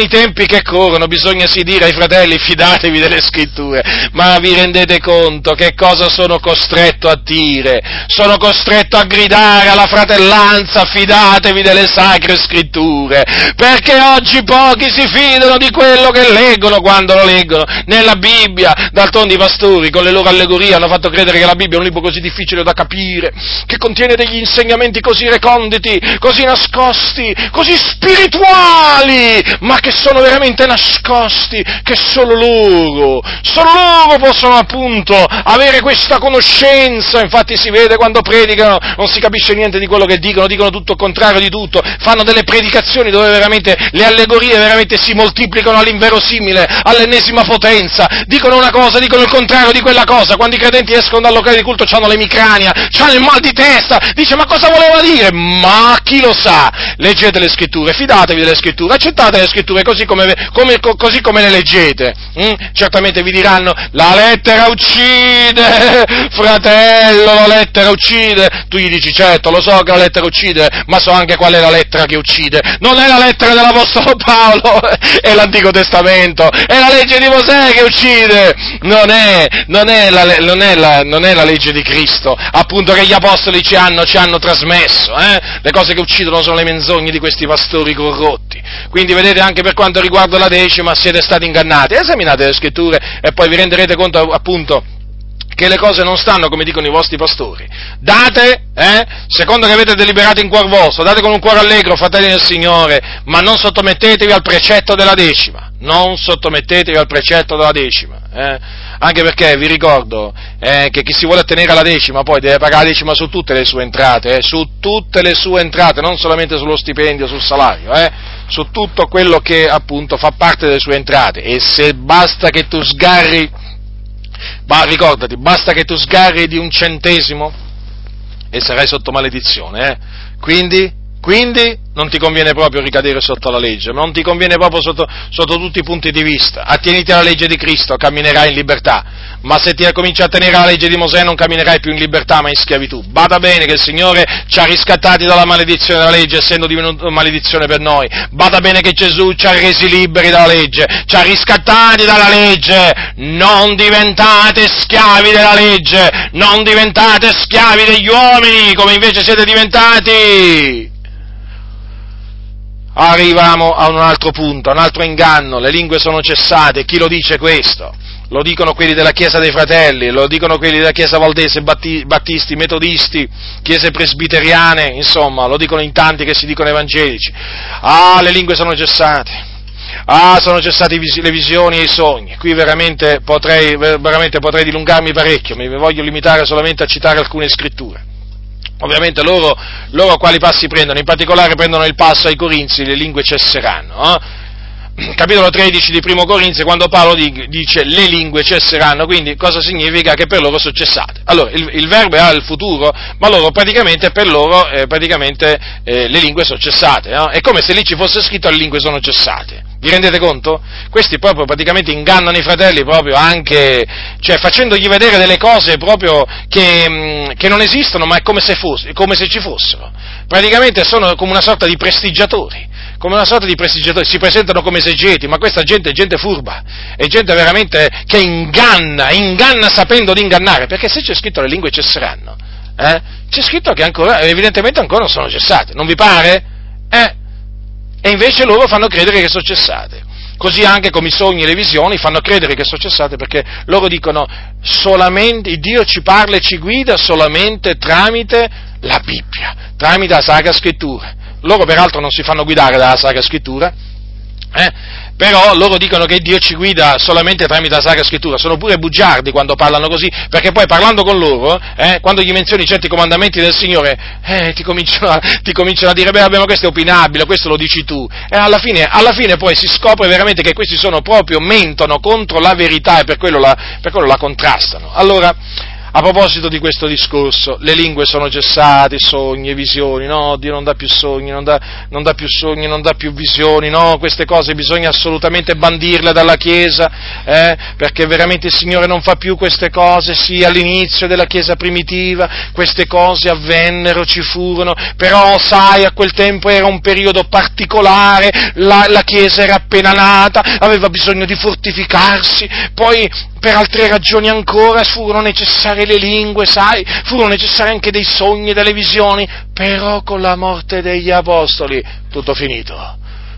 bisogna sì dire ai fratelli: fidatevi delle scritture. Ma vi rendete conto che cosa sono costretto a dire? Sono costretto a gridare alla fratellanza: fidatevi delle Sacre Scritture, perché oggi pochi si fidano di quello che leggono quando lo leggono nella Bibbia. D'altronde i pastori con le loro allegorie hanno fatto credere che la Bibbia è un libro così difficile da capire, che contiene degli insegnamenti così reconditi, così nascosti, così spirituali, ma che sono veramente nascosti, che solo loro possono appunto avere questa conoscenza. Infatti si vede quando predicano, non si capisce niente di quello che dicono tutto il contrario di tutto, fanno delle predicazioni dove veramente le allegorie veramente si moltiplicano all'inverosimile, all'ennesima potenza, dicono una cosa, dicono il contrario di quella cosa, quando i credenti escono dal locale di culto hanno l'emicrania, hanno il mal di testa, dice ma cosa voleva dire? Ma chi lo sa? Leggete le scritture, fidatevi delle scritture, accettate le scritture così come le leggete. Certamente vi diranno la lettera uccide, fratello, la lettera uccide. Tu gli dici certo, lo so che la lettera uccide, ma so anche qual è la lettera che uccide. Non è la lettera dell'Apostolo Paolo, è l'Antico Testamento, è la legge di Mosè che uccide, non è la legge di Cristo, appunto, che gli Apostoli ci hanno trasmesso. Le cose che uccidono sono le menzogne di questi pastori corrotti. Quindi vedete, anche per quanto riguarda la decima siete stati ingannati. Esaminate le scritture e poi vi renderete conto appunto che le cose non stanno come dicono i vostri pastori. Date, secondo che avete deliberato in cuor vostro, date con un cuore allegro, fratelli del Signore, ma non sottomettetevi al precetto della decima. Non sottomettetevi al precetto della decima. Anche perché vi ricordo che chi si vuole attenere alla decima poi deve pagare la decima su tutte le sue entrate, non solamente sullo stipendio, sul salario, su tutto quello che appunto fa parte delle sue entrate. E se basta che tu sgarri, ricordati, basta che tu sgarri di 1 centesimo e sarai sotto maledizione, Quindi non ti conviene proprio ricadere sotto la legge, non ti conviene proprio sotto tutti i punti di vista. Attieniti alla legge di Cristo, camminerai in libertà, ma se ti cominci a tenere alla legge di Mosè non camminerai più in libertà ma in schiavitù. Bada bene che il Signore ci ha riscattati dalla maledizione della legge, essendo divenuto maledizione per noi. Bada bene che Gesù ci ha resi liberi dalla legge, ci ha riscattati dalla legge. Non diventate schiavi della legge, non diventate schiavi degli uomini, come invece siete diventati. Arriviamo a un altro punto, a un altro inganno: le lingue sono cessate. Chi lo dice questo? Lo dicono quelli della Chiesa dei Fratelli, lo dicono quelli della Chiesa Valdese, battisti, metodisti, chiese presbiteriane, insomma, lo dicono in tanti che si dicono evangelici. Le lingue sono cessate. Sono cessate le visioni e i sogni. Qui veramente potrei dilungarmi parecchio, mi voglio limitare solamente a citare alcune scritture. Ovviamente loro quali passi prendono? In particolare prendono il passo ai Corinzi: le lingue cesseranno. Capitolo 13 di Primo Corinzi, quando Paolo dice le lingue cesseranno, quindi cosa significa? Che per loro sono cessate. Allora, il verbo è al futuro, ma per loro le lingue sono cessate, no? È come se lì ci fosse scritto le lingue sono cessate. Vi rendete conto? Questi proprio praticamente ingannano i fratelli proprio anche, cioè facendogli vedere delle cose proprio che non esistono, ma è come se ci fossero. Praticamente sono come una sorta di prestigiatori, si presentano come esegeti, ma questa gente è gente furba, è gente veramente che inganna sapendo di ingannare, perché se c'è scritto le lingue cesseranno, c'è scritto che evidentemente ancora non sono cessate, non vi pare? E invece loro fanno credere che sono cessate. Così anche come i sogni e le visioni fanno credere che sono cessate, perché loro dicono solamente Dio ci parla e ci guida solamente tramite la Bibbia, tramite la Sacra Scrittura. Loro peraltro non si fanno guidare dalla Sacra Scrittura, però loro dicono che Dio ci guida solamente tramite la Sacra Scrittura. Sono pure bugiardi quando parlano così, perché poi parlando con loro, quando gli menzioni certi comandamenti del Signore, ti cominciano a dire, beh, questo è opinabile, questo lo dici tu, e alla fine poi si scopre veramente che questi mentono contro la verità e per quello la contrastano. Allora, a proposito di questo discorso, le lingue sono cessate, sogni e visioni, no, Dio non dà più sogni, non dà più visioni, no, queste cose bisogna assolutamente bandirle dalla Chiesa, perché veramente il Signore non fa più queste cose. Sì, all'inizio della Chiesa primitiva queste cose avvennero, ci furono, però sai, a quel tempo era un periodo particolare, la Chiesa era appena nata, aveva bisogno di fortificarsi, poi per altre ragioni ancora furono necessarie le lingue, sai, furono necessari anche dei sogni e delle visioni, però con la morte degli apostoli tutto finito,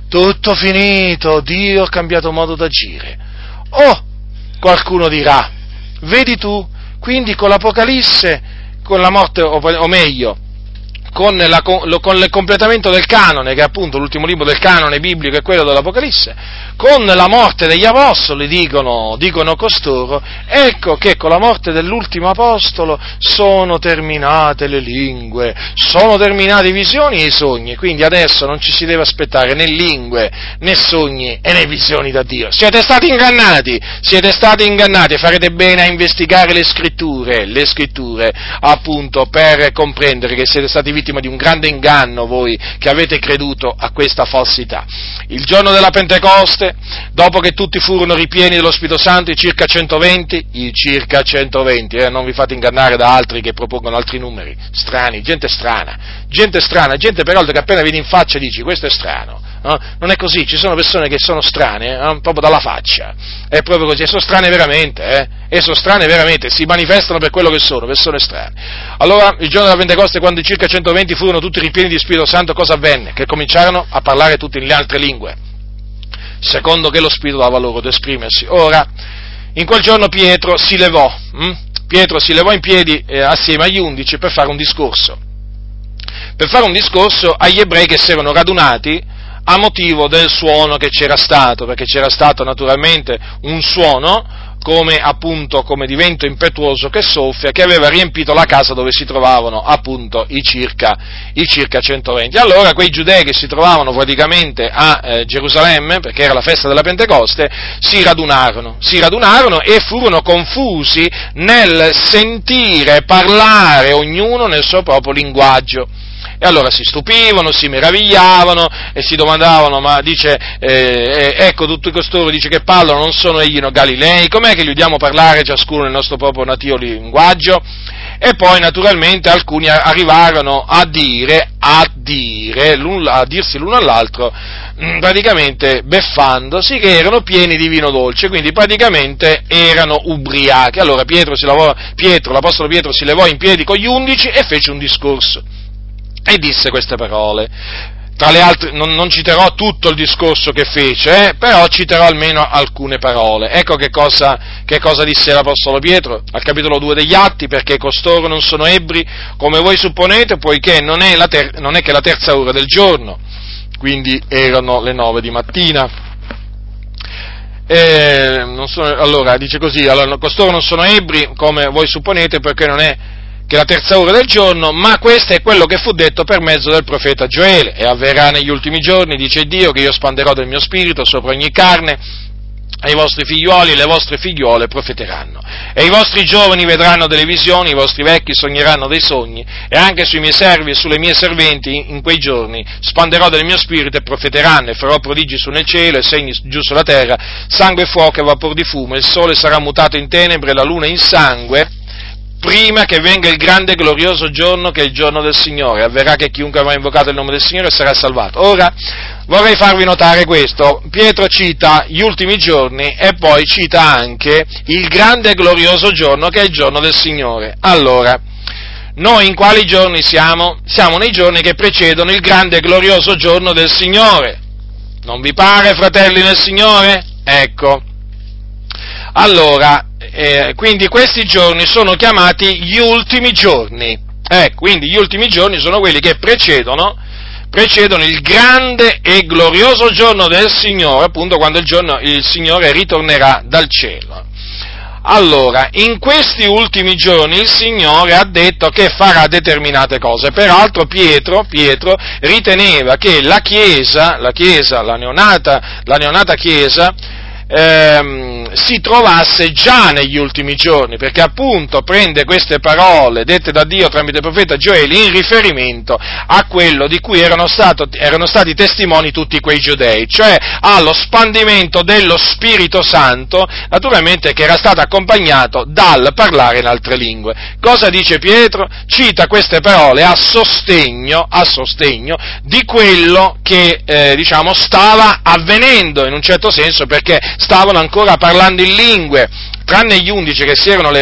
Dio ha cambiato modo d'agire. Qualcuno dirà, vedi tu, quindi con l'Apocalisse, con la morte, o meglio, con il completamento del canone, che è appunto l'ultimo libro del canone biblico è quello dell'Apocalisse, con la morte degli apostoli, dicono costoro, ecco che con la morte dell'ultimo apostolo sono terminate le lingue, sono terminate le visioni e i sogni, quindi adesso non ci si deve aspettare né lingue, né sogni e né visioni da Dio. Siete stati ingannati, e farete bene a investigare le scritture, appunto, per comprendere che siete stati vittima di un grande inganno voi che avete creduto a questa falsità. Il giorno della Pentecoste, dopo che tutti furono ripieni dello Spirito Santo, i circa 120, non vi fate ingannare da altri che propongono altri numeri, strani, gente strana, gente peraltro che appena vedi in faccia dici questo è strano. Non è così, ci sono persone che sono strane, proprio dalla faccia, è proprio così, e sono strane veramente, si manifestano per quello che sono, persone strane. Allora, il giorno della Pentecoste, quando i circa 120 furono tutti ripieni di Spirito Santo, cosa avvenne? Che cominciarono a parlare tutte le altre lingue, secondo che lo Spirito dava loro ad esprimersi. Ora, in quel giorno Pietro si levò in piedi assieme agli 11 per fare un discorso agli ebrei che si erano radunati a motivo del suono che c'era stato, perché c'era stato naturalmente un suono come di vento impetuoso che soffia, che aveva riempito la casa dove si trovavano appunto i circa 120. Allora quei giudei che si trovavano praticamente a Gerusalemme, perché era la festa della Pentecoste, si radunarono e furono confusi nel sentire parlare ognuno nel suo proprio linguaggio. E allora si stupivano, si meravigliavano e si domandavano, ma dice, ecco tutti costoro, dice che parlano, non sono egli no Galilei, com'è che li udiamo parlare ciascuno nel nostro proprio nativo linguaggio? E poi naturalmente alcuni arrivarono a dirsi l'uno all'altro, praticamente beffandosi, che erano pieni di vino dolce, quindi praticamente erano ubriachi. Allora l'apostolo Pietro si levò in piedi con gli 11 e fece un discorso. E disse queste parole. Tra le altre, non citerò tutto il discorso che fece, però citerò almeno alcune parole. Ecco che cosa disse l'Apostolo Pietro al capitolo 2 degli Atti: perché costoro non sono ebbri, come voi supponete, poiché non è che la terza ora del giorno, quindi erano le 9 di mattina. Allora, dice così, costoro non sono ebbri, come voi supponete, perché non è che la terza ora del giorno, ma questo è quello che fu detto per mezzo del profeta Gioele. E avverrà negli ultimi giorni, dice Dio, che io spanderò del mio spirito sopra ogni carne, e i vostri figliuoli e le vostre figliuole profeteranno, e i vostri giovani vedranno delle visioni, i vostri vecchi sogneranno dei sogni, e anche sui miei servi e sulle mie serventi in quei giorni spanderò del mio spirito e profeteranno, e farò prodigi su nel cielo e segni giù sulla terra, sangue e fuoco e vapor di fumo, il sole sarà mutato in tenebre e la luna in sangue, prima che venga il grande e glorioso giorno, che è il giorno del Signore. Avverrà che chiunque avrà invocato il nome del Signore sarà salvato. Ora, vorrei farvi notare questo: Pietro cita gli ultimi giorni e poi cita anche il grande e glorioso giorno, che è il giorno del Signore. Allora, noi in quali giorni siamo? Siamo nei giorni che precedono il grande e glorioso giorno del Signore. Non vi pare, fratelli nel Signore? Ecco. Allora, quindi questi giorni sono chiamati gli ultimi giorni, quindi gli ultimi giorni sono quelli che precedono il grande e glorioso giorno del Signore, appunto quando il Signore ritornerà dal cielo. Allora, in questi ultimi giorni il Signore ha detto che farà determinate cose. Peraltro Pietro riteneva che la neonata Chiesa, si trovasse già negli ultimi giorni, perché appunto prende queste parole dette da Dio tramite il profeta Gioele in riferimento a quello di cui erano stati testimoni tutti quei giudei, cioè allo spandimento dello Spirito Santo, naturalmente, che era stato accompagnato dal parlare in altre lingue. Cosa dice Pietro? Cita queste parole a sostegno di quello che stava avvenendo in un certo senso, perché stavano ancora parlando in lingue, tranne gli 11 che si erano,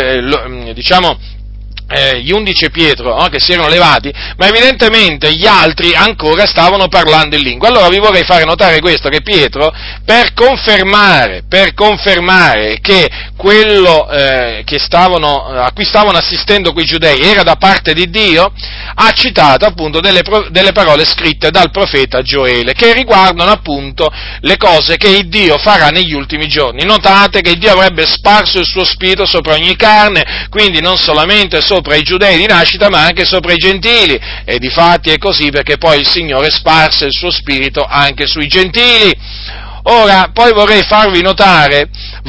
gli 11 e Pietro, che si erano levati, ma evidentemente gli altri ancora stavano parlando in lingua. Allora vi vorrei fare notare questo, che Pietro, per confermare che quello a cui stavano assistendo quei giudei era da parte di Dio, ha citato appunto delle parole scritte dal profeta Gioele, che riguardano appunto le cose che il Dio farà negli ultimi giorni. Notate che Dio avrebbe sparso il suo spirito sopra ogni carne, quindi non solamente sopra i giudei di nascita, ma anche sopra i gentili, e difatti è così perché poi il Signore sparse il suo spirito anche sui gentili. Ora, poi vorrei farvi notare,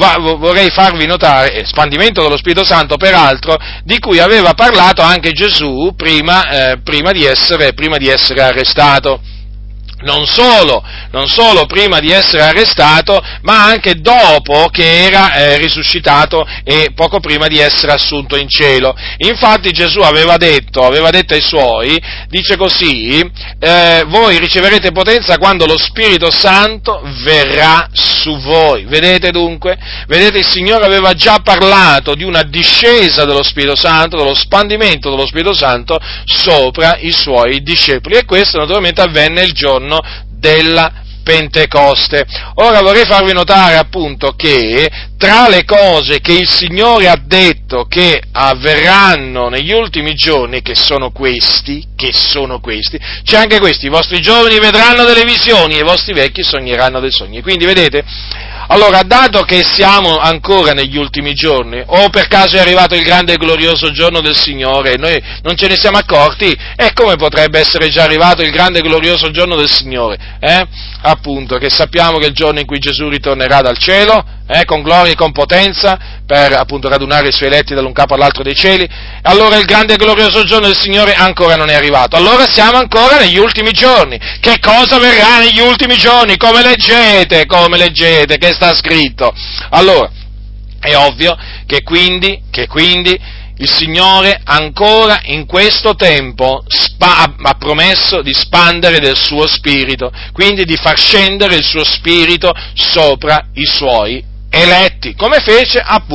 espandimento dello Spirito Santo, peraltro, di cui aveva parlato anche Gesù prima di essere arrestato. Non solo prima di essere arrestato, ma anche dopo che era risuscitato e poco prima di essere assunto in cielo. Infatti Gesù aveva detto ai suoi, dice così, voi riceverete potenza quando lo Spirito Santo verrà su voi. Vedete dunque? Vedete, il Signore aveva già parlato di una discesa dello Spirito Santo, dello spandimento dello Spirito Santo sopra i suoi discepoli, e questo naturalmente avvenne il giorno della Pentecoste. Ora vorrei farvi notare appunto che tra le cose che il Signore ha detto che avverranno negli ultimi giorni, che sono questi, c'è anche questi: i vostri giovani vedranno delle visioni e i vostri vecchi sogneranno dei sogni. Quindi vedete, allora, dato che siamo ancora negli ultimi giorni, o per caso è arrivato il grande e glorioso giorno del Signore e noi non ce ne siamo accorti, e come potrebbe essere già arrivato il grande e glorioso giorno del Signore? Appunto, che sappiamo che è il giorno in cui Gesù ritornerà dal cielo, con gloria e con potenza, per appunto radunare i suoi eletti dall'un capo all'altro dei cieli. Allora il grande e glorioso giorno del Signore ancora non è arrivato. Allora siamo ancora negli ultimi giorni. Che cosa verrà negli ultimi giorni? Come leggete, che sta scritto. Allora, è ovvio che quindi il Signore ancora in questo tempo ha promesso di spandere del suo Spirito, quindi di far scendere il suo Spirito sopra i suoi eletti, come fece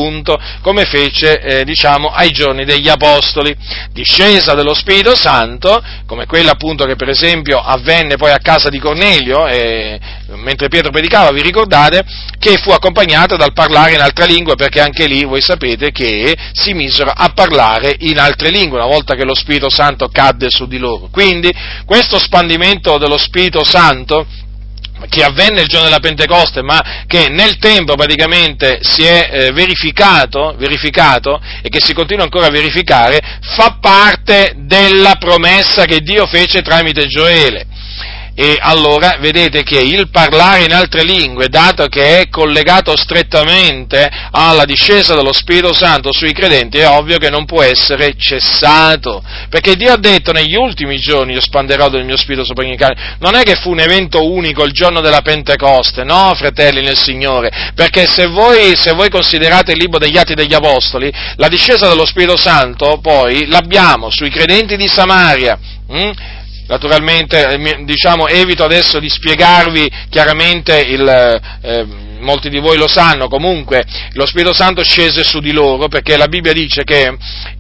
ai giorni degli Apostoli. Discesa dello Spirito Santo, come quella appunto che per esempio avvenne poi a casa di Cornelio, mentre Pietro predicava, vi ricordate, che fu accompagnata dal parlare in altre lingue, perché anche lì voi sapete che si misero a parlare in altre lingue una volta che lo Spirito Santo cadde su di loro. Quindi questo spandimento dello Spirito Santo, che avvenne il giorno della Pentecoste, ma che nel tempo praticamente si è verificato e che si continua ancora a verificare, fa parte della promessa che Dio fece tramite Gioele. E allora vedete che il parlare in altre lingue, dato che è collegato strettamente alla discesa dello Spirito Santo sui credenti, è ovvio che non può essere cessato, perché Dio ha detto: negli ultimi giorni io spanderò del mio Spirito sopra ogni carne. Non è che fu un evento unico il giorno della Pentecoste, no, fratelli nel Signore, perché se voi considerate il libro degli Atti degli Apostoli, la discesa dello Spirito Santo poi l'abbiamo sui credenti di Samaria. Naturalmente, evito adesso di spiegarvi chiaramente molti di voi lo sanno, comunque lo Spirito Santo scese su di loro, perché la Bibbia dice che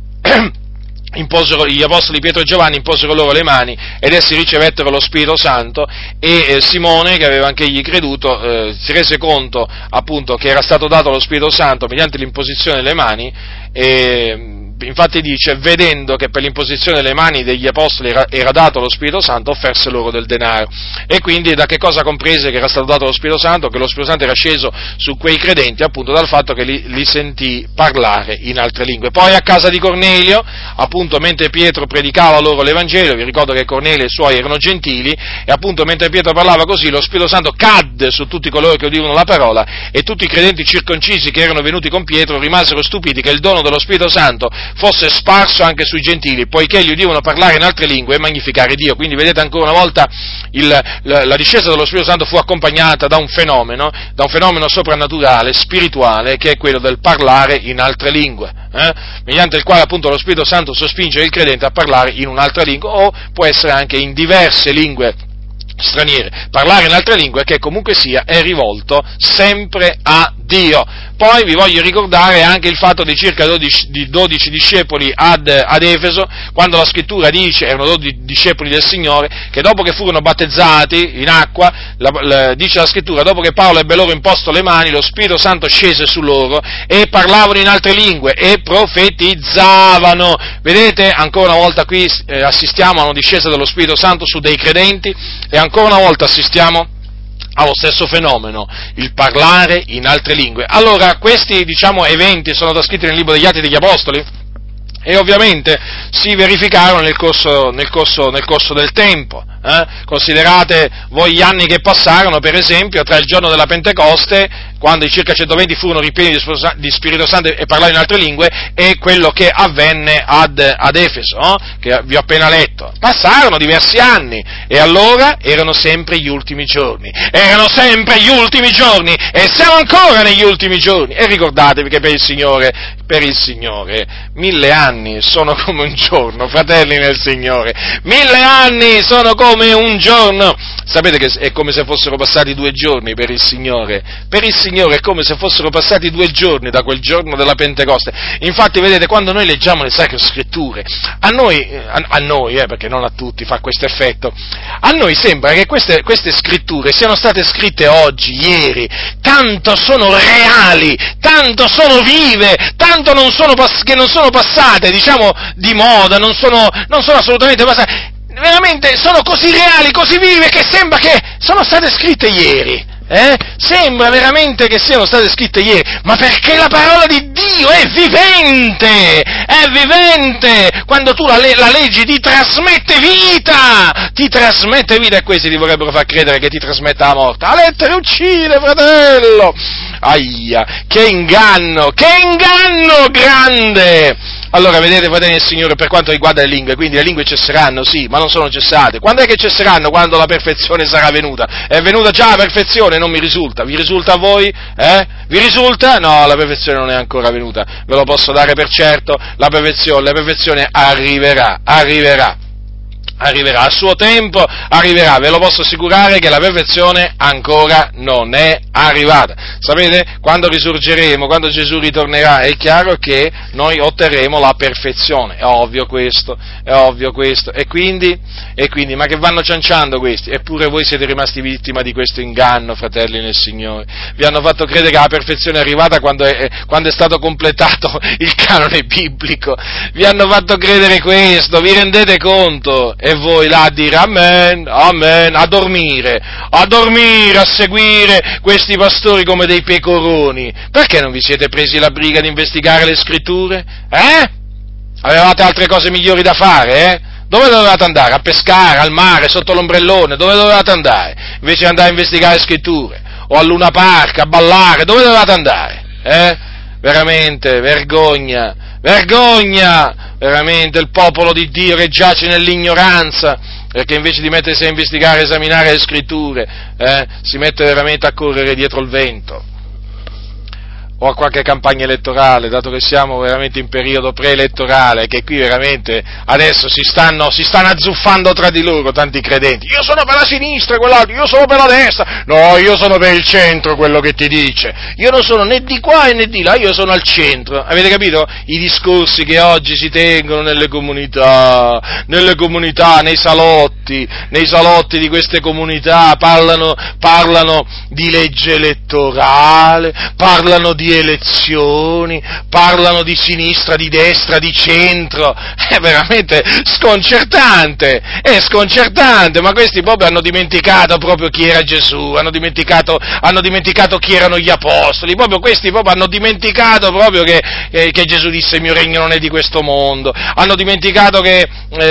gli apostoli Pietro e Giovanni imposero loro le mani ed essi ricevettero lo Spirito Santo, e Simone, che aveva anche egli creduto, si rese conto appunto che era stato dato lo Spirito Santo mediante l'imposizione delle mani, e infatti dice: vedendo che per l'imposizione delle mani degli apostoli era dato lo Spirito Santo, offerse loro del denaro. E quindi da che cosa comprese che era stato dato lo Spirito Santo? Che lo Spirito Santo era sceso su quei credenti appunto dal fatto che li sentì parlare in altre lingue. Poi a casa di Cornelio, appunto mentre Pietro predicava loro l'Evangelo, vi ricordo che Cornelio e i suoi erano gentili, e appunto mentre Pietro parlava così, lo Spirito Santo cadde su tutti coloro che udivano la parola, e tutti i credenti circoncisi che erano venuti con Pietro rimasero stupiti che il dono dello Spirito Santo fosse sparso anche sui gentili, poiché gli udivano parlare in altre lingue e magnificare Dio. Quindi vedete, ancora una volta la discesa dello Spirito Santo fu accompagnata da un fenomeno soprannaturale, spirituale, che è quello del parlare in altre lingue, mediante il quale appunto lo Spirito Santo sospinge il credente a parlare in un'altra lingua, o può essere anche in diverse lingue straniere. Parlare in altre lingue, che comunque sia, è rivolto sempre a Dio. Poi vi voglio ricordare anche il fatto di circa 12 discepoli ad Efeso, quando la scrittura dice, erano 12 discepoli del Signore, che dopo che furono battezzati in acqua, dice la scrittura, dopo che Paolo ebbe loro imposto le mani, lo Spirito Santo scese su loro e parlavano in altre lingue e profetizzavano. Vedete, ancora una volta qui assistiamo a una discesa dello Spirito Santo su dei credenti e ancora una volta assistiamo allo stesso fenomeno, il parlare in altre lingue. Allora, questi, eventi sono trascritti nel libro degli Atti degli Apostoli e ovviamente si verificarono nel corso del tempo. Considerate voi gli anni che passarono, per esempio, tra il giorno della Pentecoste, quando i circa 120 furono ripieni di Spirito Santo e parlarono in altre lingue, e quello che avvenne ad Efeso, che vi ho appena letto. Passarono diversi anni, e allora erano sempre gli ultimi giorni, e siamo ancora negli ultimi giorni, e ricordatevi che per il Signore 1000 anni sono come un giorno, fratelli nel Signore, 1000 anni sono come un giorno. Sapete che è come se fossero passati 2 giorni per il Signore è come se fossero passati 2 giorni da quel giorno della Pentecoste. Infatti, vedete, quando noi leggiamo le Sacre Scritture, a noi, perché non a tutti fa questo effetto, a noi sembra che queste scritture siano state scritte oggi, ieri, tanto sono reali, tanto sono vive, tanto che non sono passate, di moda, non sono assolutamente passate. Veramente sono così reali, così vive, che sembra che sono state scritte ieri. Sembra veramente che siano state scritte ieri, ma perché la parola di Dio è vivente, quando tu la leggi ti trasmette vita, e questi ti vorrebbero far credere che ti trasmetta la morte. La lettera uccide, fratello! Aia, che inganno grande! Allora, vedete, fratelli del Signore, per quanto riguarda le lingue, quindi le lingue cesseranno, sì, ma non sono cessate. Quando è che cesseranno? Quando la perfezione sarà venuta. È venuta già la perfezione? Non mi risulta. Vi risulta a voi? Vi risulta? No, la perfezione non è ancora venuta. Ve lo posso dare per certo, la perfezione arriverà. Arriverà, a suo tempo arriverà, ve lo posso assicurare che la perfezione ancora non è arrivata. Sapete, quando risorgeremo, quando Gesù ritornerà, è chiaro che noi otterremo la perfezione, è ovvio questo, e quindi, ma che vanno cianciando questi? Eppure voi siete rimasti vittima di questo inganno, fratelli nel Signore. Vi hanno fatto credere che la perfezione è arrivata quando è stato completato il canone biblico, vi hanno fatto credere questo, vi rendete conto? E voi là a dire amen, a dormire, a seguire questi pastori come dei pecoroni. Perché non vi siete presi la briga di investigare le scritture? Avevate altre cose migliori da fare, Dove dovevate andare? A pescare, al mare, sotto l'ombrellone, dove dovevate andare? Invece di andare a investigare le scritture, o al Luna Park, a ballare, dove dovevate andare? Veramente, vergogna, veramente il popolo di Dio che giace nell'ignoranza, perché invece di mettersi a investigare, esaminare le scritture, si mette veramente a correre dietro il vento, o a qualche campagna elettorale, dato che siamo veramente in periodo preelettorale, che qui veramente adesso si stanno azzuffando tra di loro tanti credenti. Io sono per la sinistra, quell'altro, io sono per la destra, no, io sono per il centro, quello che ti dice, io non sono né di qua né di là, io sono al centro. Avete capito? I discorsi che oggi si tengono nelle comunità, nei salotti di queste comunità, parlano di legge elettorale, parlano di elezioni, parlano di sinistra, di destra, di centro. È veramente sconcertante, ma questi proprio hanno dimenticato proprio chi era Gesù, hanno dimenticato chi erano gli apostoli, questi hanno dimenticato proprio che Gesù disse il mio regno non è di questo mondo, hanno dimenticato che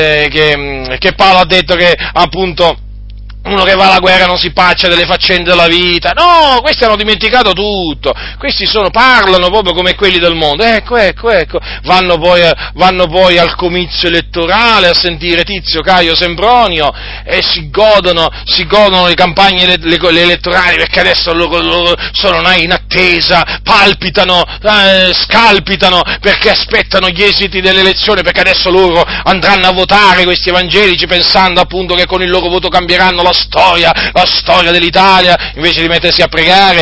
Paolo ha detto che appunto uno che va alla guerra non si paccia delle faccende della vita. No, questi hanno dimenticato tutto. Questi parlano proprio come quelli del mondo. Ecco. Vanno poi al comizio elettorale a sentire Tizio, Caio, Sempronio e si godono le campagne le elettorali, perché adesso loro sono in attesa, palpitano, scalpitano, perché aspettano gli esiti dell'elezione, perché adesso loro andranno a votare, questi evangelici, pensando appunto che con il loro voto cambieranno la la storia dell'Italia, invece di mettersi a pregare,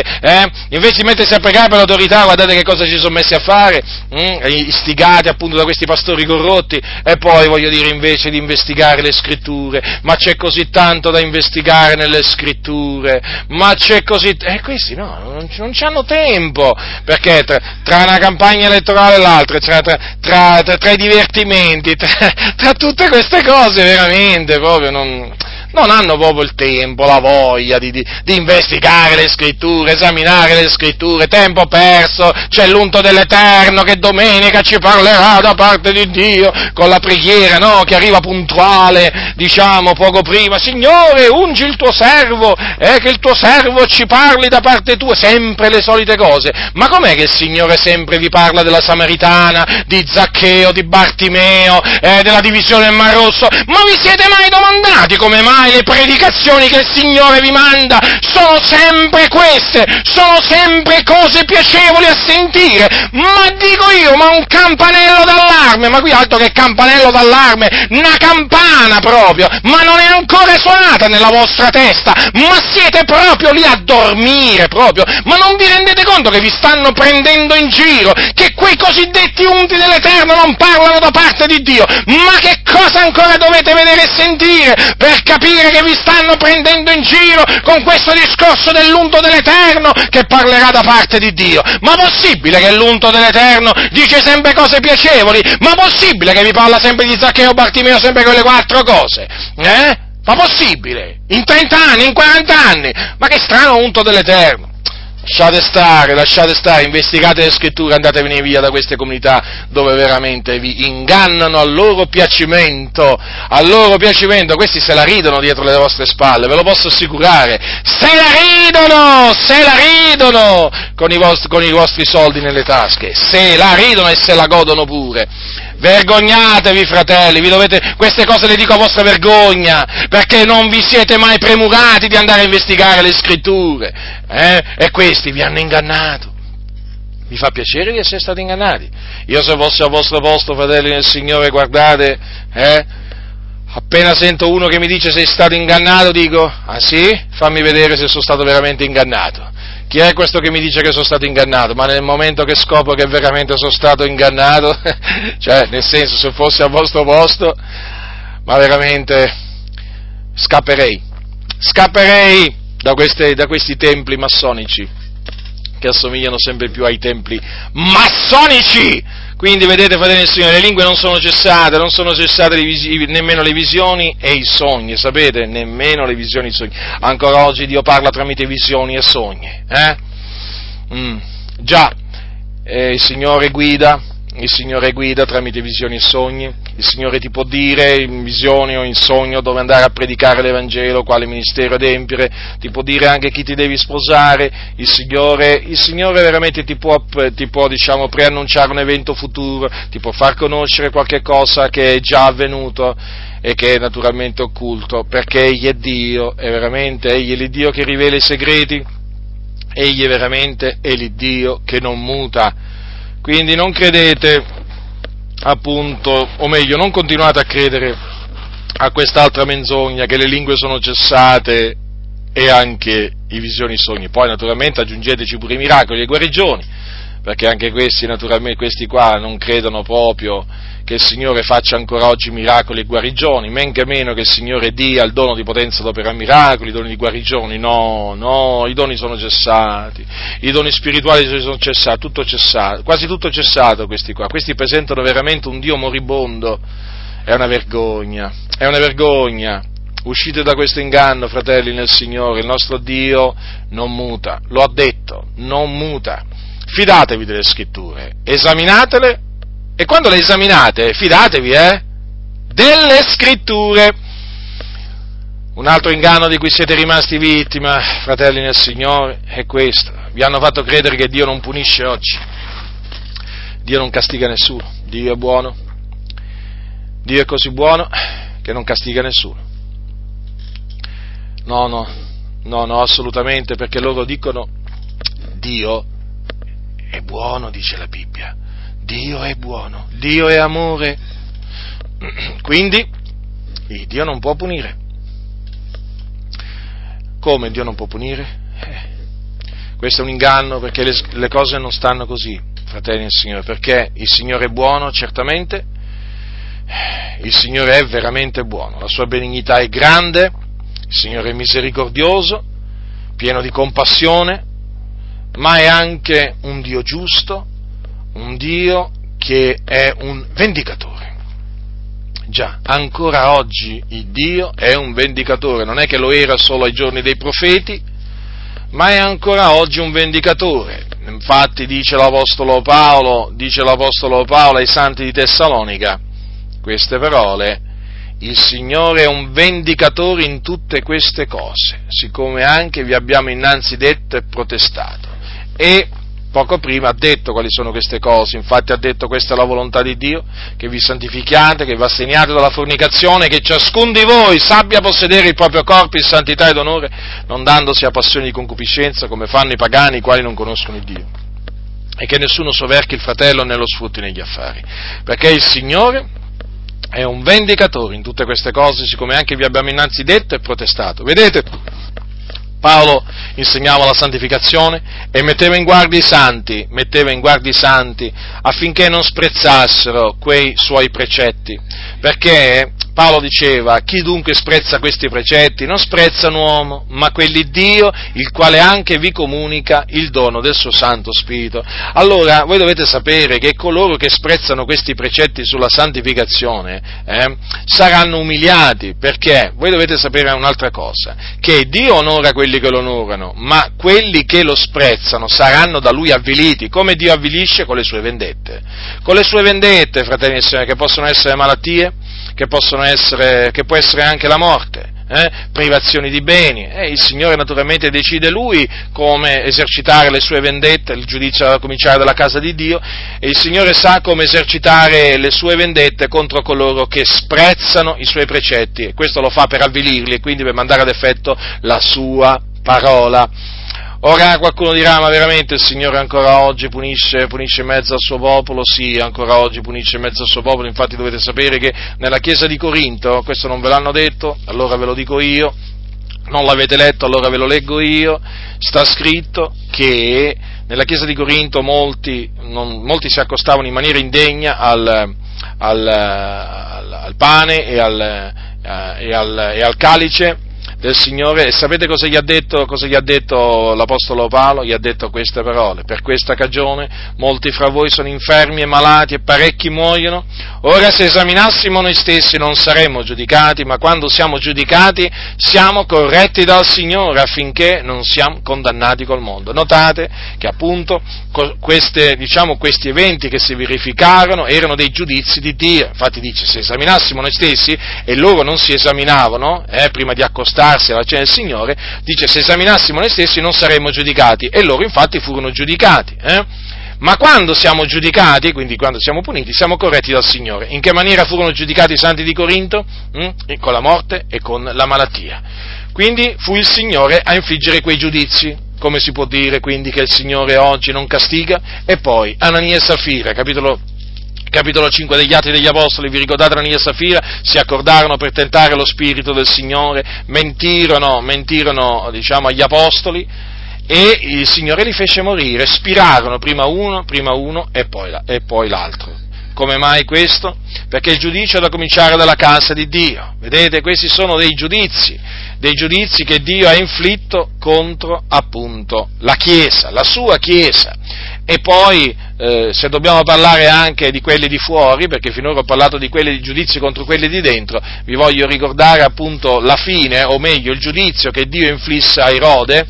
per l'autorità, guardate che cosa ci sono messi a fare, istigati appunto da questi pastori corrotti, e poi voglio dire, invece di investigare le scritture, ma c'è così tanto da investigare nelle scritture, ma c'è così, questi no, non c'hanno tempo, perché tra una campagna elettorale e l'altra, tra i divertimenti, tra tutte queste cose, veramente, proprio non hanno proprio il tempo, la voglia di investigare le scritture, esaminare le scritture, tempo perso, c'è l'unto dell'Eterno che domenica ci parlerà da parte di Dio, con la preghiera, no, che arriva puntuale, diciamo, poco prima, Signore, ungi il tuo servo, che il tuo servo ci parli da parte tua, sempre le solite cose. Ma com'è che il Signore sempre vi parla della Samaritana, di Zaccheo, di Bartimeo, della divisione del Mar Rosso? Ma vi siete mai domandati come mai le predicazioni che il Signore vi manda sono sempre queste, sono sempre cose piacevoli a sentire? Ma dico io, ma un campanello d'allarme, ma qui altro che campanello d'allarme, una campana proprio, ma non è ancora suonata nella vostra testa, ma siete proprio lì a dormire proprio, ma non vi rendete conto che vi stanno prendendo in giro, che quei cosiddetti unti dell'Eterno non parlano da parte di Dio? Ma che cosa ancora dovete vedere e sentire per capire che vi stanno prendendo in giro con questo discorso dell'unto dell'Eterno che parlerà da parte di Dio? Ma possibile che l'unto dell'Eterno dice sempre cose piacevoli? Ma possibile che vi parla sempre di Zaccheo, Bartimeo, sempre quelle 4 cose? Ma possibile? In 30 anni, in 40 anni? Ma che strano unto dell'Eterno! Lasciate stare, investigate le scritture, andatevene via da queste comunità dove veramente vi ingannano al loro piacimento, questi se la ridono dietro le vostre spalle, ve lo posso assicurare, se la ridono con i vostri soldi nelle tasche, se la ridono e se la godono pure. Vergognatevi, fratelli, queste cose le dico a vostra vergogna, perché non vi siete mai premurati di andare a investigare le scritture, e questi vi hanno ingannato. Mi fa piacere di essere stati ingannati. Io se fossi al vostro posto, fratelli del Signore, guardate, appena sento uno che mi dice sei stato ingannato, dico, ah sì? Fammi vedere se sono stato veramente ingannato. Chi è questo che mi dice che sono stato ingannato? Ma nel momento che scopro che veramente sono stato ingannato, cioè, nel senso, se fossi al vostro posto, ma veramente scapperei da questi templi massonici, che assomigliano sempre più ai templi massonici. Quindi vedete, fratelli del Signore, le lingue non sono cessate nemmeno le visioni e i sogni, sapete? Nemmeno le visioni e i sogni. Ancora oggi Dio parla tramite visioni e sogni, Già, il Signore guida tramite visioni e sogni. Il Signore ti può dire in visione o in sogno dove andare a predicare l'Evangelo, quale ministero adempiere, ti può dire anche chi ti devi sposare. Il Signore veramente ti può diciamo, preannunciare un evento futuro, ti può far conoscere qualche cosa che è già avvenuto e che è naturalmente occulto, perché Egli è Dio, Egli è l'Iddio che rivela i segreti, Egli è veramente l'Iddio che non muta. Quindi non credete, appunto, o meglio, non continuate a credere a quest'altra menzogna che le lingue sono cessate e anche i visioni e i sogni. Poi naturalmente aggiungeteci pure i miracoli e guarigioni, perché anche questi qua non credono proprio che il Signore faccia ancora oggi miracoli e guarigioni, men che meno che il Signore dia il dono di potenza d'operare miracoli, i doni di guarigioni. No, i doni sono cessati, i doni spirituali sono cessati, tutto cessato, quasi tutto cessato questi qua. Questi presentano veramente un Dio moribondo. È una vergogna. Uscite da questo inganno, fratelli nel Signore, il nostro Dio non muta, lo ha detto, non muta. Fidatevi delle scritture, esaminatele, e quando le esaminate, fidatevi, delle scritture. Un altro inganno di cui siete rimasti vittima, fratelli nel Signore, è questo. Vi hanno fatto credere che Dio non punisce oggi. Dio non castiga nessuno. Dio è buono. Dio è così buono che non castiga nessuno. No, assolutamente, perché loro dicono Dio è buono, dice la Bibbia. Dio è buono, Dio è amore, quindi Dio non può punire. Come Dio non può punire? Questo è un inganno, perché le cose non stanno così, fratelli del Signore, perché il Signore è buono, certamente, il Signore è veramente buono, la sua benignità è grande, il Signore è misericordioso, pieno di compassione, ma è anche un Dio giusto, un Dio che è un vendicatore. Già, ancora oggi il Dio è un vendicatore, non è che lo era solo ai giorni dei profeti, ma è ancora oggi un vendicatore. Infatti dice l'Apostolo Paolo ai santi di Tessalonica queste parole: il Signore è un vendicatore in tutte queste cose, siccome anche vi abbiamo innanzi detto e protestato. E poco prima ha detto quali sono queste cose, infatti ha detto: questa è la volontà di Dio, che vi santifichiate, che vi asteniate dalla fornicazione, che ciascun di voi sappia possedere il proprio corpo in santità ed onore, non dandosi a passioni di concupiscenza come fanno i pagani, i quali non conoscono il Dio, e che nessuno soverchi il fratello né lo sfrutti negli affari, perché il Signore è un vendicatore in tutte queste cose, siccome anche vi abbiamo innanzi detto e protestato. Vedete? Paolo insegnava la santificazione e metteva in guardia i santi affinché non sprezzassero quei suoi precetti, perché Paolo diceva: chi dunque sprezza questi precetti non sprezza un uomo, ma quelli Dio, il quale anche vi comunica il dono del suo Santo Spirito. Allora, voi dovete sapere che coloro che sprezzano questi precetti sulla santificazione saranno umiliati, perché voi dovete sapere un'altra cosa, che Dio onora quelli che lo onorano, ma quelli che lo sprezzano saranno da Lui avviliti, come Dio avvilisce con le sue vendette. Con le sue vendette, fratelli e sorelle, che possono essere malattie, che può essere anche la morte, privazioni di beni. Il Signore naturalmente decide Lui come esercitare le sue vendette, il giudizio a cominciare dalla casa di Dio, e il Signore sa come esercitare le sue vendette contro coloro che sprezzano i Suoi precetti, e questo lo fa per avvilirli e quindi per mandare ad effetto la Sua parola. Ora qualcuno dirà: ma veramente il Signore ancora oggi punisce in mezzo al suo popolo? Sì, ancora oggi punisce in mezzo al suo popolo. Infatti dovete sapere che nella chiesa di Corinto, questo non ve l'hanno detto, allora ve lo dico io, non l'avete letto, allora ve lo leggo io, sta scritto che nella chiesa di Corinto molti si accostavano in maniera indegna al pane e al calice del Signore, e sapete cosa gli ha detto l'Apostolo Paolo? Gli ha detto queste parole: per questa cagione molti fra voi sono infermi e malati e parecchi muoiono. Ora, se esaminassimo noi stessi non saremmo giudicati, ma quando siamo giudicati siamo corretti dal Signore, affinché non siamo condannati col mondo. Notate che appunto questi eventi che si verificarono erano dei giudizi di Dio. Infatti dice: se esaminassimo noi stessi, e loro non si esaminavano prima di accostarsi alla cena del Signore, dice: se esaminassimo noi stessi non saremmo giudicati, e loro infatti furono giudicati. Ma quando siamo giudicati, quindi quando siamo puniti, siamo corretti dal Signore. In che maniera furono giudicati i santi di Corinto? Con la morte e con la malattia. Quindi fu il Signore a infliggere quei giudizi. Come si può dire quindi che il Signore oggi non castiga? E poi Anania e Safira, capitolo 5 degli Atti degli Apostoli, vi ricordate? Anania e Safira si accordarono per tentare lo Spirito del Signore, mentirono agli Apostoli, e il Signore li fece morire, spirarono prima uno e poi l'altro. Come mai questo? Perché il giudizio è da cominciare dalla casa di Dio. Vedete, questi sono dei giudizi che Dio ha inflitto contro appunto la Chiesa, la sua Chiesa. E poi, se dobbiamo parlare anche di quelli di fuori, perché finora ho parlato di quelli di giudizi contro quelli di dentro, vi voglio ricordare appunto la fine, o meglio il giudizio che Dio inflisse a Erode.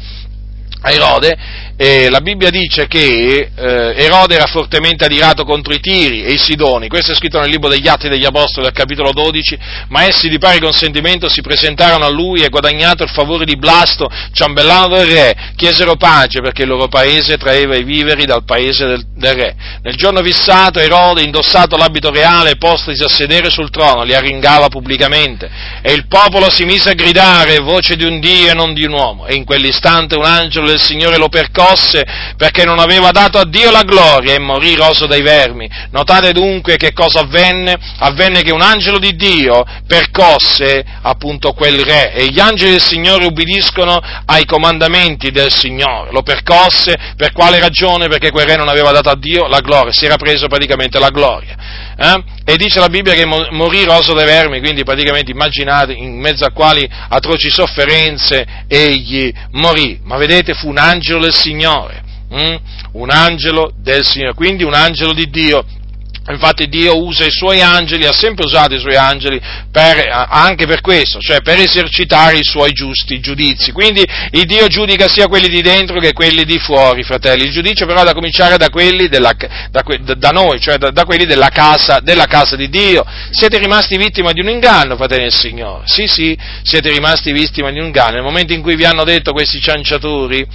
La Bibbia dice che Erode era fortemente adirato contro i Tiri e i Sidoni. Questo è scritto nel libro degli Atti degli Apostoli, al capitolo 12, ma essi di pari consentimento si presentarono a lui e, guadagnato il favore di Blasto, ciambellano del re, chiesero pace, perché il loro paese traeva i viveri dal paese del re. Nel giorno fissato Erode, indossato l'abito reale e postosi a sedere sul trono, li arringava pubblicamente, e il popolo si mise a gridare: voce di un Dio e non di un uomo. E in quell'istante un angelo del Signore lo percosse, perché non aveva dato a Dio la gloria e morì roso dai vermi. Notate dunque che cosa avvenne? Avvenne che un angelo di Dio percosse appunto quel re, e gli angeli del Signore ubbidiscono ai comandamenti del Signore. Lo percosse per quale ragione? Perché quel re non aveva dato a Dio la gloria, si era preso praticamente la gloria. E dice la Bibbia che morì roso dai vermi, quindi praticamente immaginate in mezzo a quali atroci sofferenze egli morì. Ma vedete, fu un angelo del Signore, un angelo del Signore, quindi un angelo di Dio. Infatti Dio usa i suoi angeli, ha sempre usato i suoi angeli anche per questo, cioè per esercitare i suoi giusti giudizi. Quindi il Dio giudica sia quelli di dentro che quelli di fuori, fratelli. Il giudizio però da cominciare da quelli da noi, cioè da quelli della casa di Dio. Siete rimasti vittima di un inganno, fratelli del Signore. Sì, siete rimasti vittima di un inganno. Nel momento in cui vi hanno detto questi cianciatori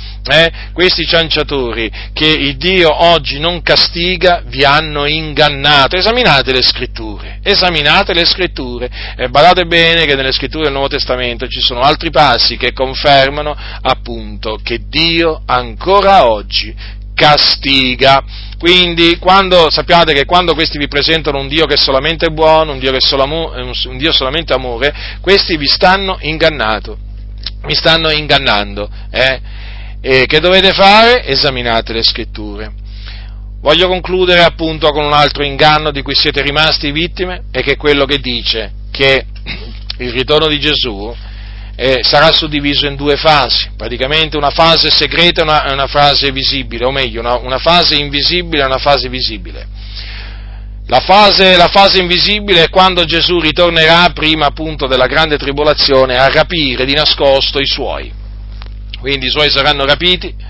che il Dio oggi non castiga, vi hanno ingannato. Esaminate le scritture, e badate bene che nelle scritture del Nuovo Testamento ci sono altri passi che confermano appunto che Dio ancora oggi castiga. Quindi sappiate che quando questi vi presentano un Dio che è solamente buono, un Dio solamente amore, questi vi stanno ingannando. E che dovete fare? Esaminate le scritture. Voglio concludere appunto con un altro inganno di cui siete rimasti vittime, e che è quello che dice che il ritorno di Gesù sarà suddiviso in due fasi, praticamente una fase segreta e una fase visibile, o meglio, una fase invisibile e una fase visibile. La fase invisibile è quando Gesù ritornerà prima appunto della grande tribolazione a rapire di nascosto i suoi. Quindi i suoi saranno rapiti,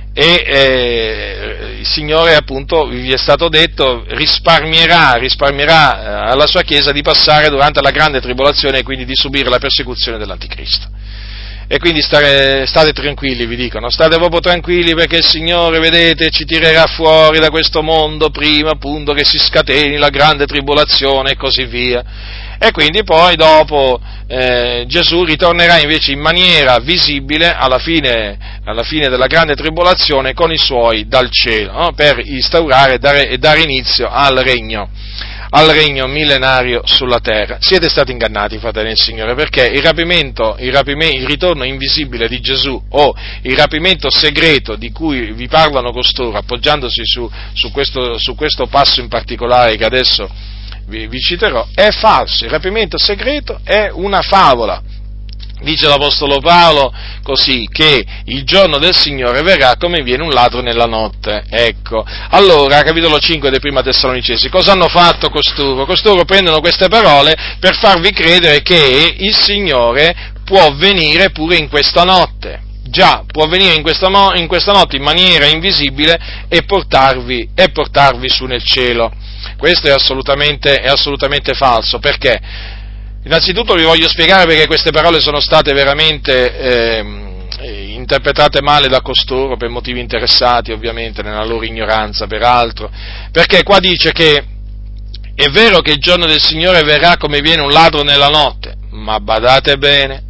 e il Signore, appunto, vi è stato detto, risparmierà alla sua Chiesa di passare durante la grande tribolazione e quindi di subire la persecuzione dell'Anticristo. E quindi state tranquilli, vi dicono, state proprio tranquilli, perché il Signore, vedete, ci tirerà fuori da questo mondo prima appunto che si scateni la grande tribolazione e così via. E quindi poi dopo Gesù ritornerà invece in maniera visibile alla fine della grande tribolazione con i suoi dal cielo, no? Per instaurare e dare inizio al regno millenario sulla terra. Siete stati ingannati, fratelli del Signore, perché il ritorno invisibile di Gesù, o il rapimento segreto di cui vi parlano costoro, appoggiandosi su questo passo in particolare che adesso vi citerò, è falso. Il rapimento segreto è una favola. Dice l'Apostolo Paolo così, che il giorno del Signore verrà come viene un ladro nella notte. Ecco, allora, capitolo 5 dei Prima Tessalonicesi, cosa hanno fatto costoro? Costoro prendono queste parole per farvi credere che il Signore può venire pure in questa notte. Già, può venire in questa notte in maniera invisibile e portarvi su nel cielo. Questo è assolutamente falso. Perché? Innanzitutto vi voglio spiegare perché queste parole sono state veramente interpretate male da costoro, per motivi interessati ovviamente, nella loro ignoranza peraltro. Perché qua dice che è vero che il giorno del Signore verrà come viene un ladro nella notte, ma badate bene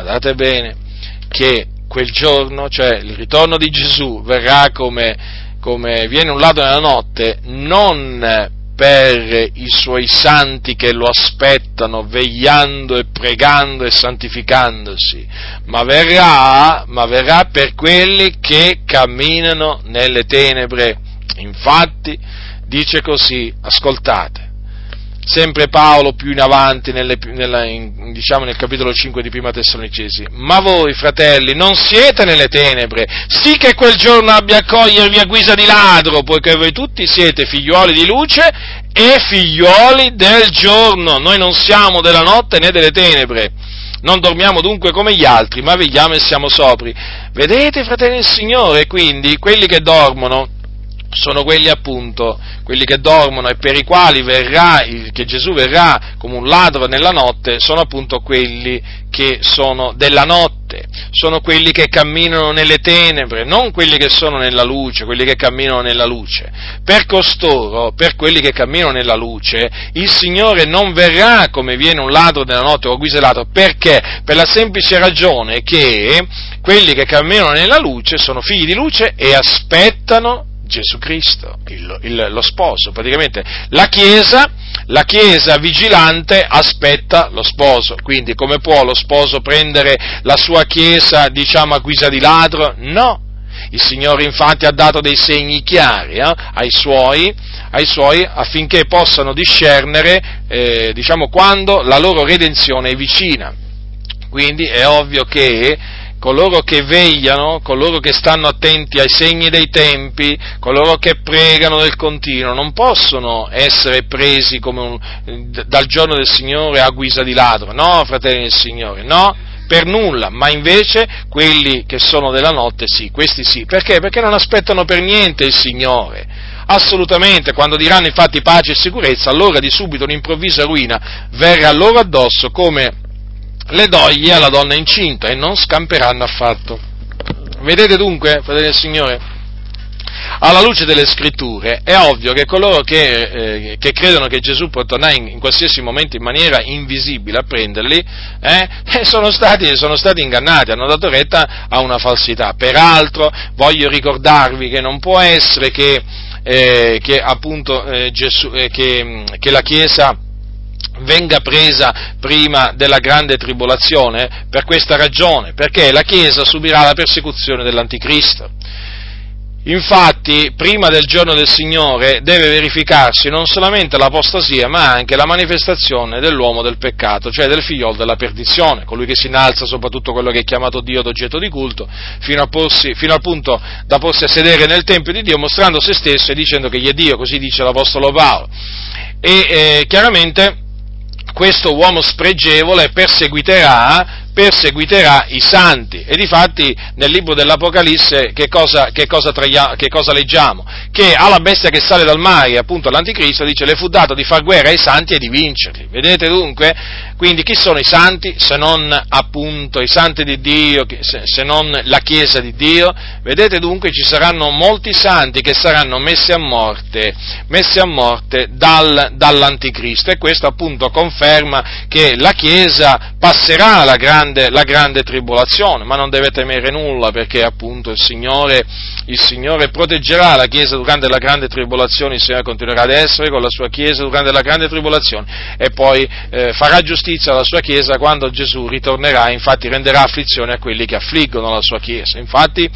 che quel giorno, cioè il ritorno di Gesù, verrà come viene un ladro nella notte, non per i suoi santi che lo aspettano, vegliando e pregando e santificandosi, ma verrà per quelli che camminano nelle tenebre. Infatti, dice così, ascoltate, sempre Paolo più in avanti nel capitolo 5 di Prima Tessalonicesi: ma voi, fratelli, non siete nelle tenebre, sì che quel giorno abbia a cogliervi a guisa di ladro, poiché voi tutti siete figliuoli di luce e figliuoli del giorno. Noi non siamo della notte né delle tenebre. Non dormiamo dunque come gli altri, ma vegliamo e siamo sobri. Vedete, fratelli del Signore, quindi quelli che dormono sono quelli appunto, quelli che dormono e per i quali che Gesù verrà come un ladro nella notte, sono appunto quelli che sono della notte, sono quelli che camminano nelle tenebre, non quelli che sono nella luce, quelli che camminano nella luce. Per costoro, per quelli che camminano nella luce, il Signore non verrà come viene un ladro nella notte o a guisa di ladro, perché? Per la semplice ragione che quelli che camminano nella luce sono figli di luce e aspettano Gesù Cristo, lo sposo. Praticamente la Chiesa vigilante aspetta lo sposo. Quindi come può lo sposo prendere la sua Chiesa, a guisa di ladro? No. Il Signore infatti ha dato dei segni chiari ai suoi affinché possano discernere quando la loro redenzione è vicina. Quindi è ovvio che coloro che vegliano, coloro che stanno attenti ai segni dei tempi, coloro che pregano del continuo, non possono essere presi dal giorno del Signore a guisa di ladro, no, fratelli del Signore, no, per nulla, ma invece quelli che sono della notte sì, questi sì, perché? Perché non aspettano per niente il Signore, assolutamente. Quando diranno infatti pace e sicurezza, allora di subito un'improvvisa ruina verrà loro addosso come le doglie alla donna incinta e non scamperanno affatto. Vedete dunque, fratelli del Signore, alla luce delle Scritture è ovvio che coloro che credono che Gesù può tornare in qualsiasi momento in maniera invisibile a prenderli, sono stati ingannati, hanno dato retta a una falsità. Peraltro voglio ricordarvi che non può essere che la Chiesa venga presa prima della grande tribolazione per questa ragione, perché la Chiesa subirà la persecuzione dell'Anticristo. Infatti, prima del giorno del Signore deve verificarsi non solamente l'apostasia, ma anche la manifestazione dell'uomo del peccato, cioè del figliolo della perdizione, colui che si innalza soprattutto quello che è chiamato Dio d'oggetto di culto, fino al punto da porsi a sedere nel Tempio di Dio, mostrando se stesso e dicendo che gli è Dio, così dice l'Apostolo Paolo. E chiaramente questo uomo spregevole perseguiterà i santi, e difatti nel libro dell'Apocalisse che cosa leggiamo? Che alla bestia che sale dal mare, appunto l'Anticristo, dice: le fu dato di far guerra ai santi e di vincerli. Vedete dunque? Quindi chi sono i santi se non appunto i santi di Dio, se non la Chiesa di Dio? Vedete dunque, ci saranno molti santi che saranno messi a morte dall'Anticristo, e questo appunto conferma che la Chiesa passerà la grande tribolazione, ma non deve temere nulla, perché appunto il Signore proteggerà la Chiesa durante la grande tribolazione. Il Signore continuerà ad essere con la sua Chiesa durante la grande tribolazione e poi farà giustizia alla sua Chiesa quando Gesù ritornerà. Infatti renderà afflizione a quelli che affliggono la sua Chiesa. Infatti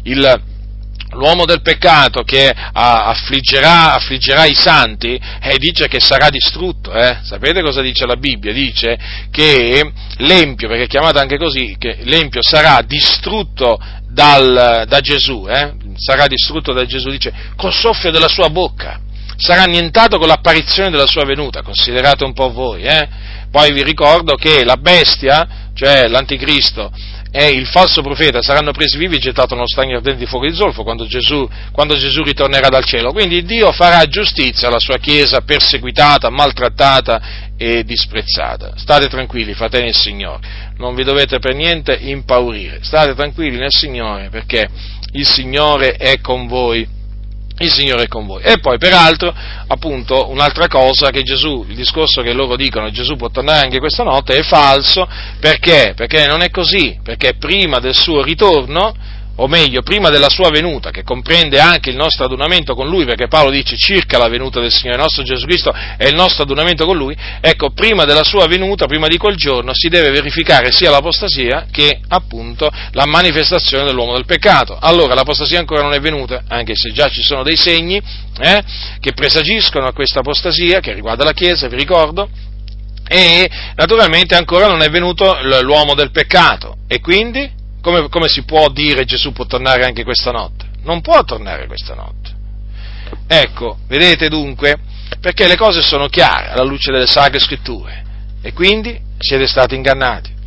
l'uomo del peccato che affliggerà i santi, dice che sarà distrutto. Sapete cosa dice la Bibbia? Dice che l'empio, perché è chiamato anche così, che l'empio sarà distrutto da Gesù, sarà distrutto da Gesù, dice, col soffio della sua bocca, sarà annientato con l'apparizione della sua venuta. Considerate un po' voi, Poi vi ricordo che la bestia, cioè l'Anticristo, e il falso profeta saranno presi vivi e gettati nello stagno ardente di fuoco di zolfo quando Gesù ritornerà dal cielo. Quindi Dio farà giustizia alla sua Chiesa perseguitata, maltrattata e disprezzata. State tranquilli, fratelli del Signore, non vi dovete per niente impaurire, state tranquilli nel Signore, perché il Signore è con voi. Il Signore è con voi. E poi, peraltro, appunto, un'altra cosa, che il discorso che loro dicono Gesù può tornare anche questa notte, è falso. Perché? Perché non è così, perché prima del suo ritorno, o meglio, prima della sua venuta, che comprende anche il nostro adunamento con Lui, perché Paolo dice circa la venuta del Signore nostro Gesù Cristo e il nostro adunamento con Lui, ecco, prima della sua venuta, prima di quel giorno, si deve verificare sia l'apostasia che, appunto, la manifestazione dell'uomo del peccato. Allora, l'apostasia ancora non è venuta, anche se già ci sono dei segni che presagiscono a questa apostasia, che riguarda la Chiesa, vi ricordo, e naturalmente ancora non è venuto l'uomo del peccato, e quindi come si può dire Gesù può tornare anche questa notte? Non può tornare questa notte. Ecco, vedete dunque, perché le cose sono chiare alla luce delle Sacre Scritture, e quindi siete stati ingannati.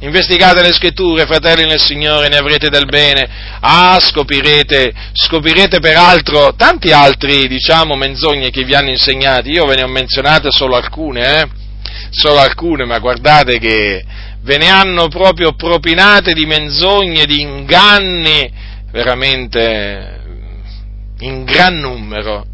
Investigate le scritture, fratelli nel Signore, ne avrete del bene. Scoprirete peraltro tanti altri, menzogne che vi hanno insegnati. Io ve ne ho menzionate solo alcune, ma guardate che ve ne hanno proprio propinate di menzogne, di inganni, veramente in gran numero.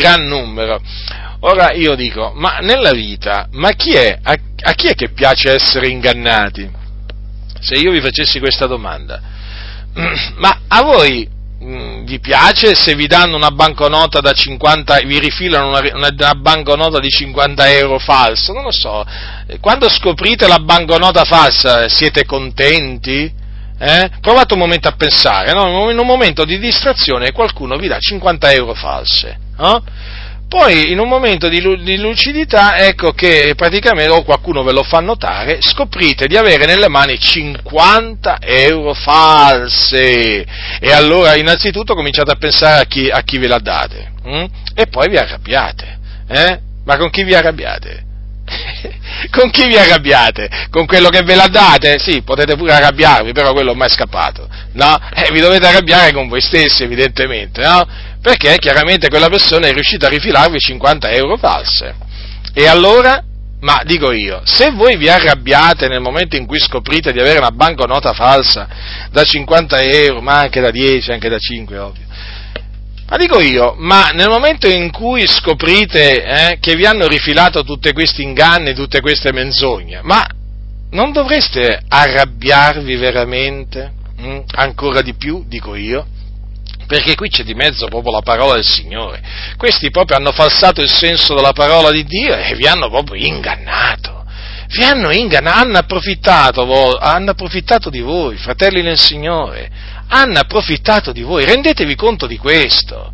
Ora io dico, ma nella vita, a chi è che piace essere ingannati? Se io vi facessi questa domanda, ma a voi vi piace se vi danno una banconota da 50, vi rifilano una banconota di 50 euro falso? Non lo so, quando scoprite la banconota falsa siete contenti? Provate un momento a pensare, no? In un momento di distrazione qualcuno vi dà 50 euro false, no? Poi in un momento di lucidità, ecco che praticamente, o qualcuno ve lo fa notare, scoprite di avere nelle mani 50 euro false, e allora innanzitutto cominciate a pensare a chi ve la date, e poi vi arrabbiate, ma con chi vi arrabbiate? Con chi vi arrabbiate? Con quello che ve la date? Sì, potete pure arrabbiarvi, però quello ormai è scappato, no? Vi dovete arrabbiare con voi stessi, evidentemente, no? Perché chiaramente quella persona è riuscita a rifilarvi 50 euro false. E allora, ma dico io, se voi vi arrabbiate nel momento in cui scoprite di avere una banconota falsa da 50 euro, ma anche da 10, anche da 5, ovvio, ma dico io, ma nel momento in cui scoprite che vi hanno rifilato tutti questi inganni, tutte queste menzogne, ma non dovreste arrabbiarvi veramente? Ancora di più, dico io? Perché qui c'è di mezzo proprio la parola del Signore. Questi proprio hanno falsato il senso della parola di Dio e vi hanno proprio ingannato. Hanno approfittato di voi, fratelli nel Signore. Hanno approfittato di voi. Rendetevi conto di questo.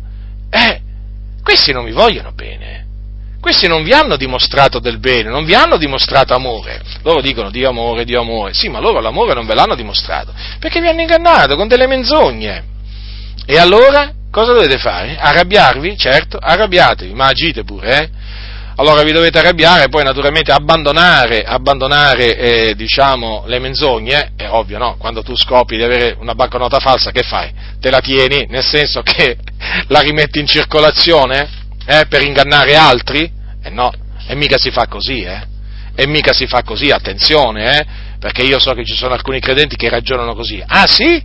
Questi non vi vogliono bene. Questi non vi hanno dimostrato del bene, non vi hanno dimostrato amore. Loro dicono Dio amore. Sì, ma loro l'amore non ve l'hanno dimostrato, perché vi hanno ingannato con delle menzogne. E allora cosa dovete fare? Arrabbiarvi? Certo, arrabbiatevi, ma agite pure, Allora vi dovete arrabbiare e poi naturalmente abbandonare le menzogne, è ovvio, no? Quando tu scopri di avere una banconota falsa, che fai? Te la tieni, nel senso che la rimetti in circolazione, per ingannare altri? No, e mica si fa così, E mica si fa così, attenzione, perché io so che ci sono alcuni credenti che ragionano così. Ah sì?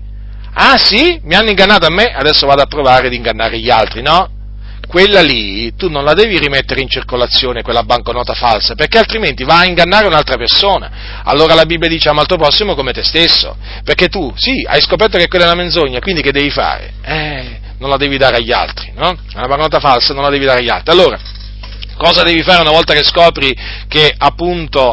Mi hanno ingannato a me, adesso vado a provare ad ingannare gli altri, no? Quella lì, tu non la devi rimettere in circolazione, quella banconota falsa, perché altrimenti va a ingannare un'altra persona. Allora la Bibbia dice ama il tuo prossimo come te stesso, perché tu, sì, hai scoperto che quella è una menzogna, quindi che devi fare? Non la devi dare agli altri, no? Una banconota falsa non la devi dare agli altri. Allora, cosa devi fare una volta che scopri che appunto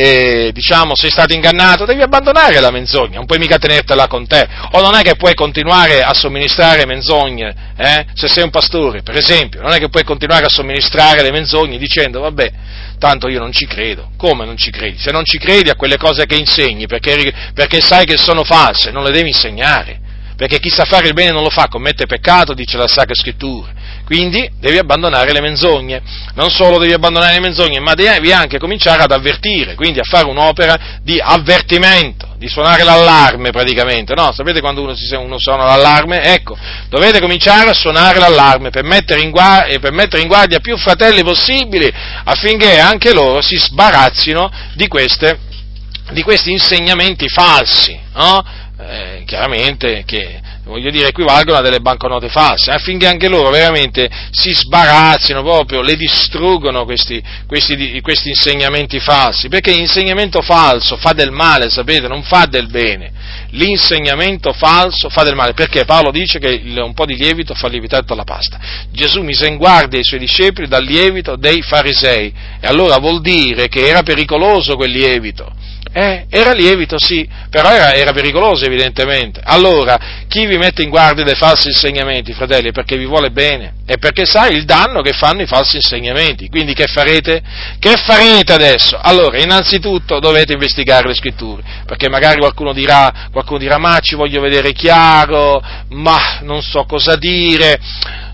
sei stato ingannato? Devi abbandonare la menzogna, non puoi mica tenertela con te, o non è che puoi continuare a somministrare menzogne, se sei un pastore, per esempio, non è che puoi continuare a somministrare le menzogne dicendo vabbè, tanto io non ci credo. Come non ci credi? Se non ci credi a quelle cose che insegni, perché sai che sono false, non le devi insegnare. Perché chi sa fare il bene non lo fa, commette peccato, dice la Sacra Scrittura. Quindi devi abbandonare le menzogne. Non solo devi abbandonare le menzogne, ma devi anche cominciare ad avvertire, quindi a fare un'opera di avvertimento, di suonare l'allarme praticamente, no? Sapete quando uno suona l'allarme? Ecco, dovete cominciare a suonare l'allarme per mettere in guardia più fratelli possibili, affinché anche loro si sbarazzino di questi insegnamenti falsi, no? Chiaramente che, equivalgono a delle banconote false, affinché anche loro veramente si sbarazzino proprio, le distruggono questi insegnamenti falsi, perché l'insegnamento falso fa del male, sapete, non fa del bene. L'insegnamento falso fa del male, perché Paolo dice che un po' di lievito fa lievitare tutta la pasta. Gesù mise in guardia i suoi discepoli dal lievito dei farisei, e allora vuol dire che era pericoloso quel lievito. Era lievito, sì, però era pericoloso evidentemente. Allora, chi vi mette in guardia dai falsi insegnamenti, fratelli, è perché vi vuole bene, è perché sa il danno che fanno i falsi insegnamenti. Quindi che farete? Che farete adesso? Allora, innanzitutto dovete investigare le scritture, perché magari qualcuno dirà, ma ci voglio vedere chiaro, ma non so cosa dire.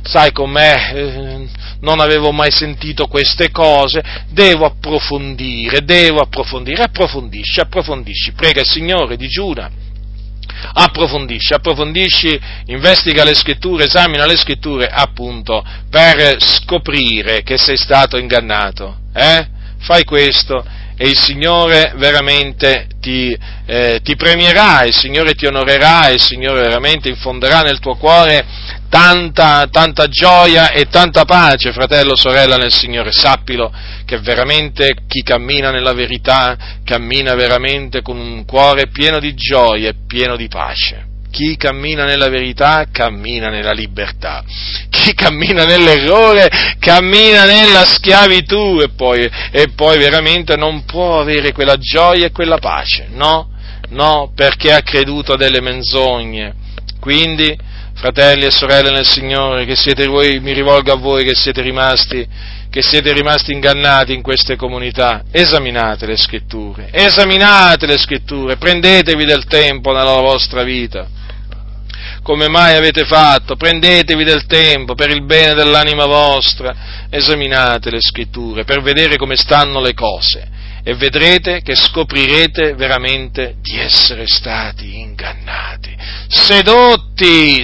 sai com'è, non avevo mai sentito queste cose, devo approfondire, approfondisci, prega il Signore, digiuna, approfondisci, investiga le scritture, esamina le scritture, appunto, per scoprire che sei stato ingannato, Fai questo e il Signore veramente ti premierà, il Signore ti onorerà, il Signore veramente infonderà nel tuo cuore tanta gioia e tanta pace, fratello, sorella nel Signore. Sappilo che veramente chi cammina nella verità cammina veramente con un cuore pieno di gioia e pieno di pace. Chi cammina nella verità cammina nella libertà, chi cammina nell'errore cammina nella schiavitù, e poi veramente non può avere quella gioia e quella pace, no, perché ha creduto a delle menzogne. Quindi, fratelli e sorelle nel Signore, che siete voi, mi rivolgo a voi che siete rimasti ingannati in queste comunità, esaminate le scritture, prendetevi del tempo nella vostra vita. Come mai avete fatto? Prendetevi del tempo per il bene dell'anima vostra, esaminate le scritture per vedere come stanno le cose e vedrete che scoprirete veramente di essere stati ingannati, sedotti!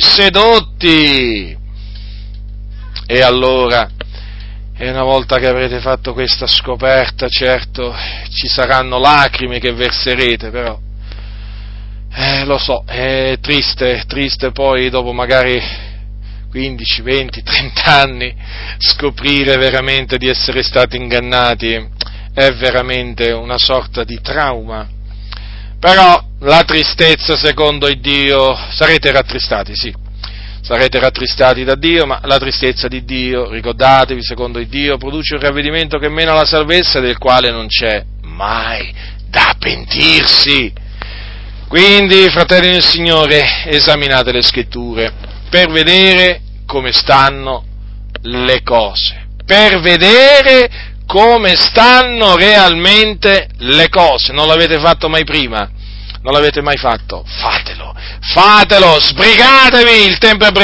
E allora, una volta che avrete fatto questa scoperta, certo, ci saranno lacrime che verserete, però lo so, è triste poi dopo magari 15, 20, 30 anni scoprire veramente di essere stati ingannati, è veramente una sorta di trauma. Però la tristezza, secondo Dio, sarete rattristati, sì, sarete rattristati da Dio, ma la tristezza di Dio, ricordatevi, secondo Dio, produce un ravvedimento che mena alla salvezza, del quale non c'è mai da pentirsi. Quindi, fratelli del Signore, esaminate le scritture per vedere come stanno le cose, per vedere come stanno realmente le cose. Non l'avete fatto mai prima? Non l'avete mai fatto? Fatelo, sbrigatevi, il tempo è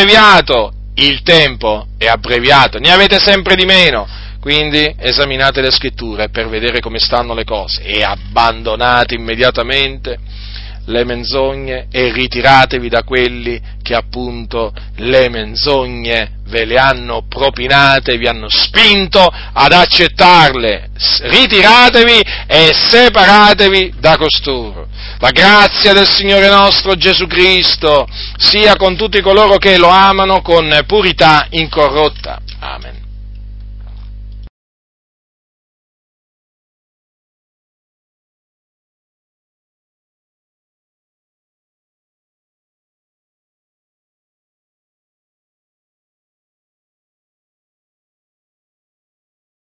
abbreviato, ne avete sempre di meno. Quindi esaminate le scritture per vedere come stanno le cose e abbandonate immediatamente le menzogne e ritiratevi da quelli che appunto le menzogne ve le hanno propinate, vi hanno spinto ad accettarle. Ritiratevi e separatevi da costoro. La grazia del Signore nostro Gesù Cristo sia con tutti coloro che lo amano con purità incorrotta. Amen.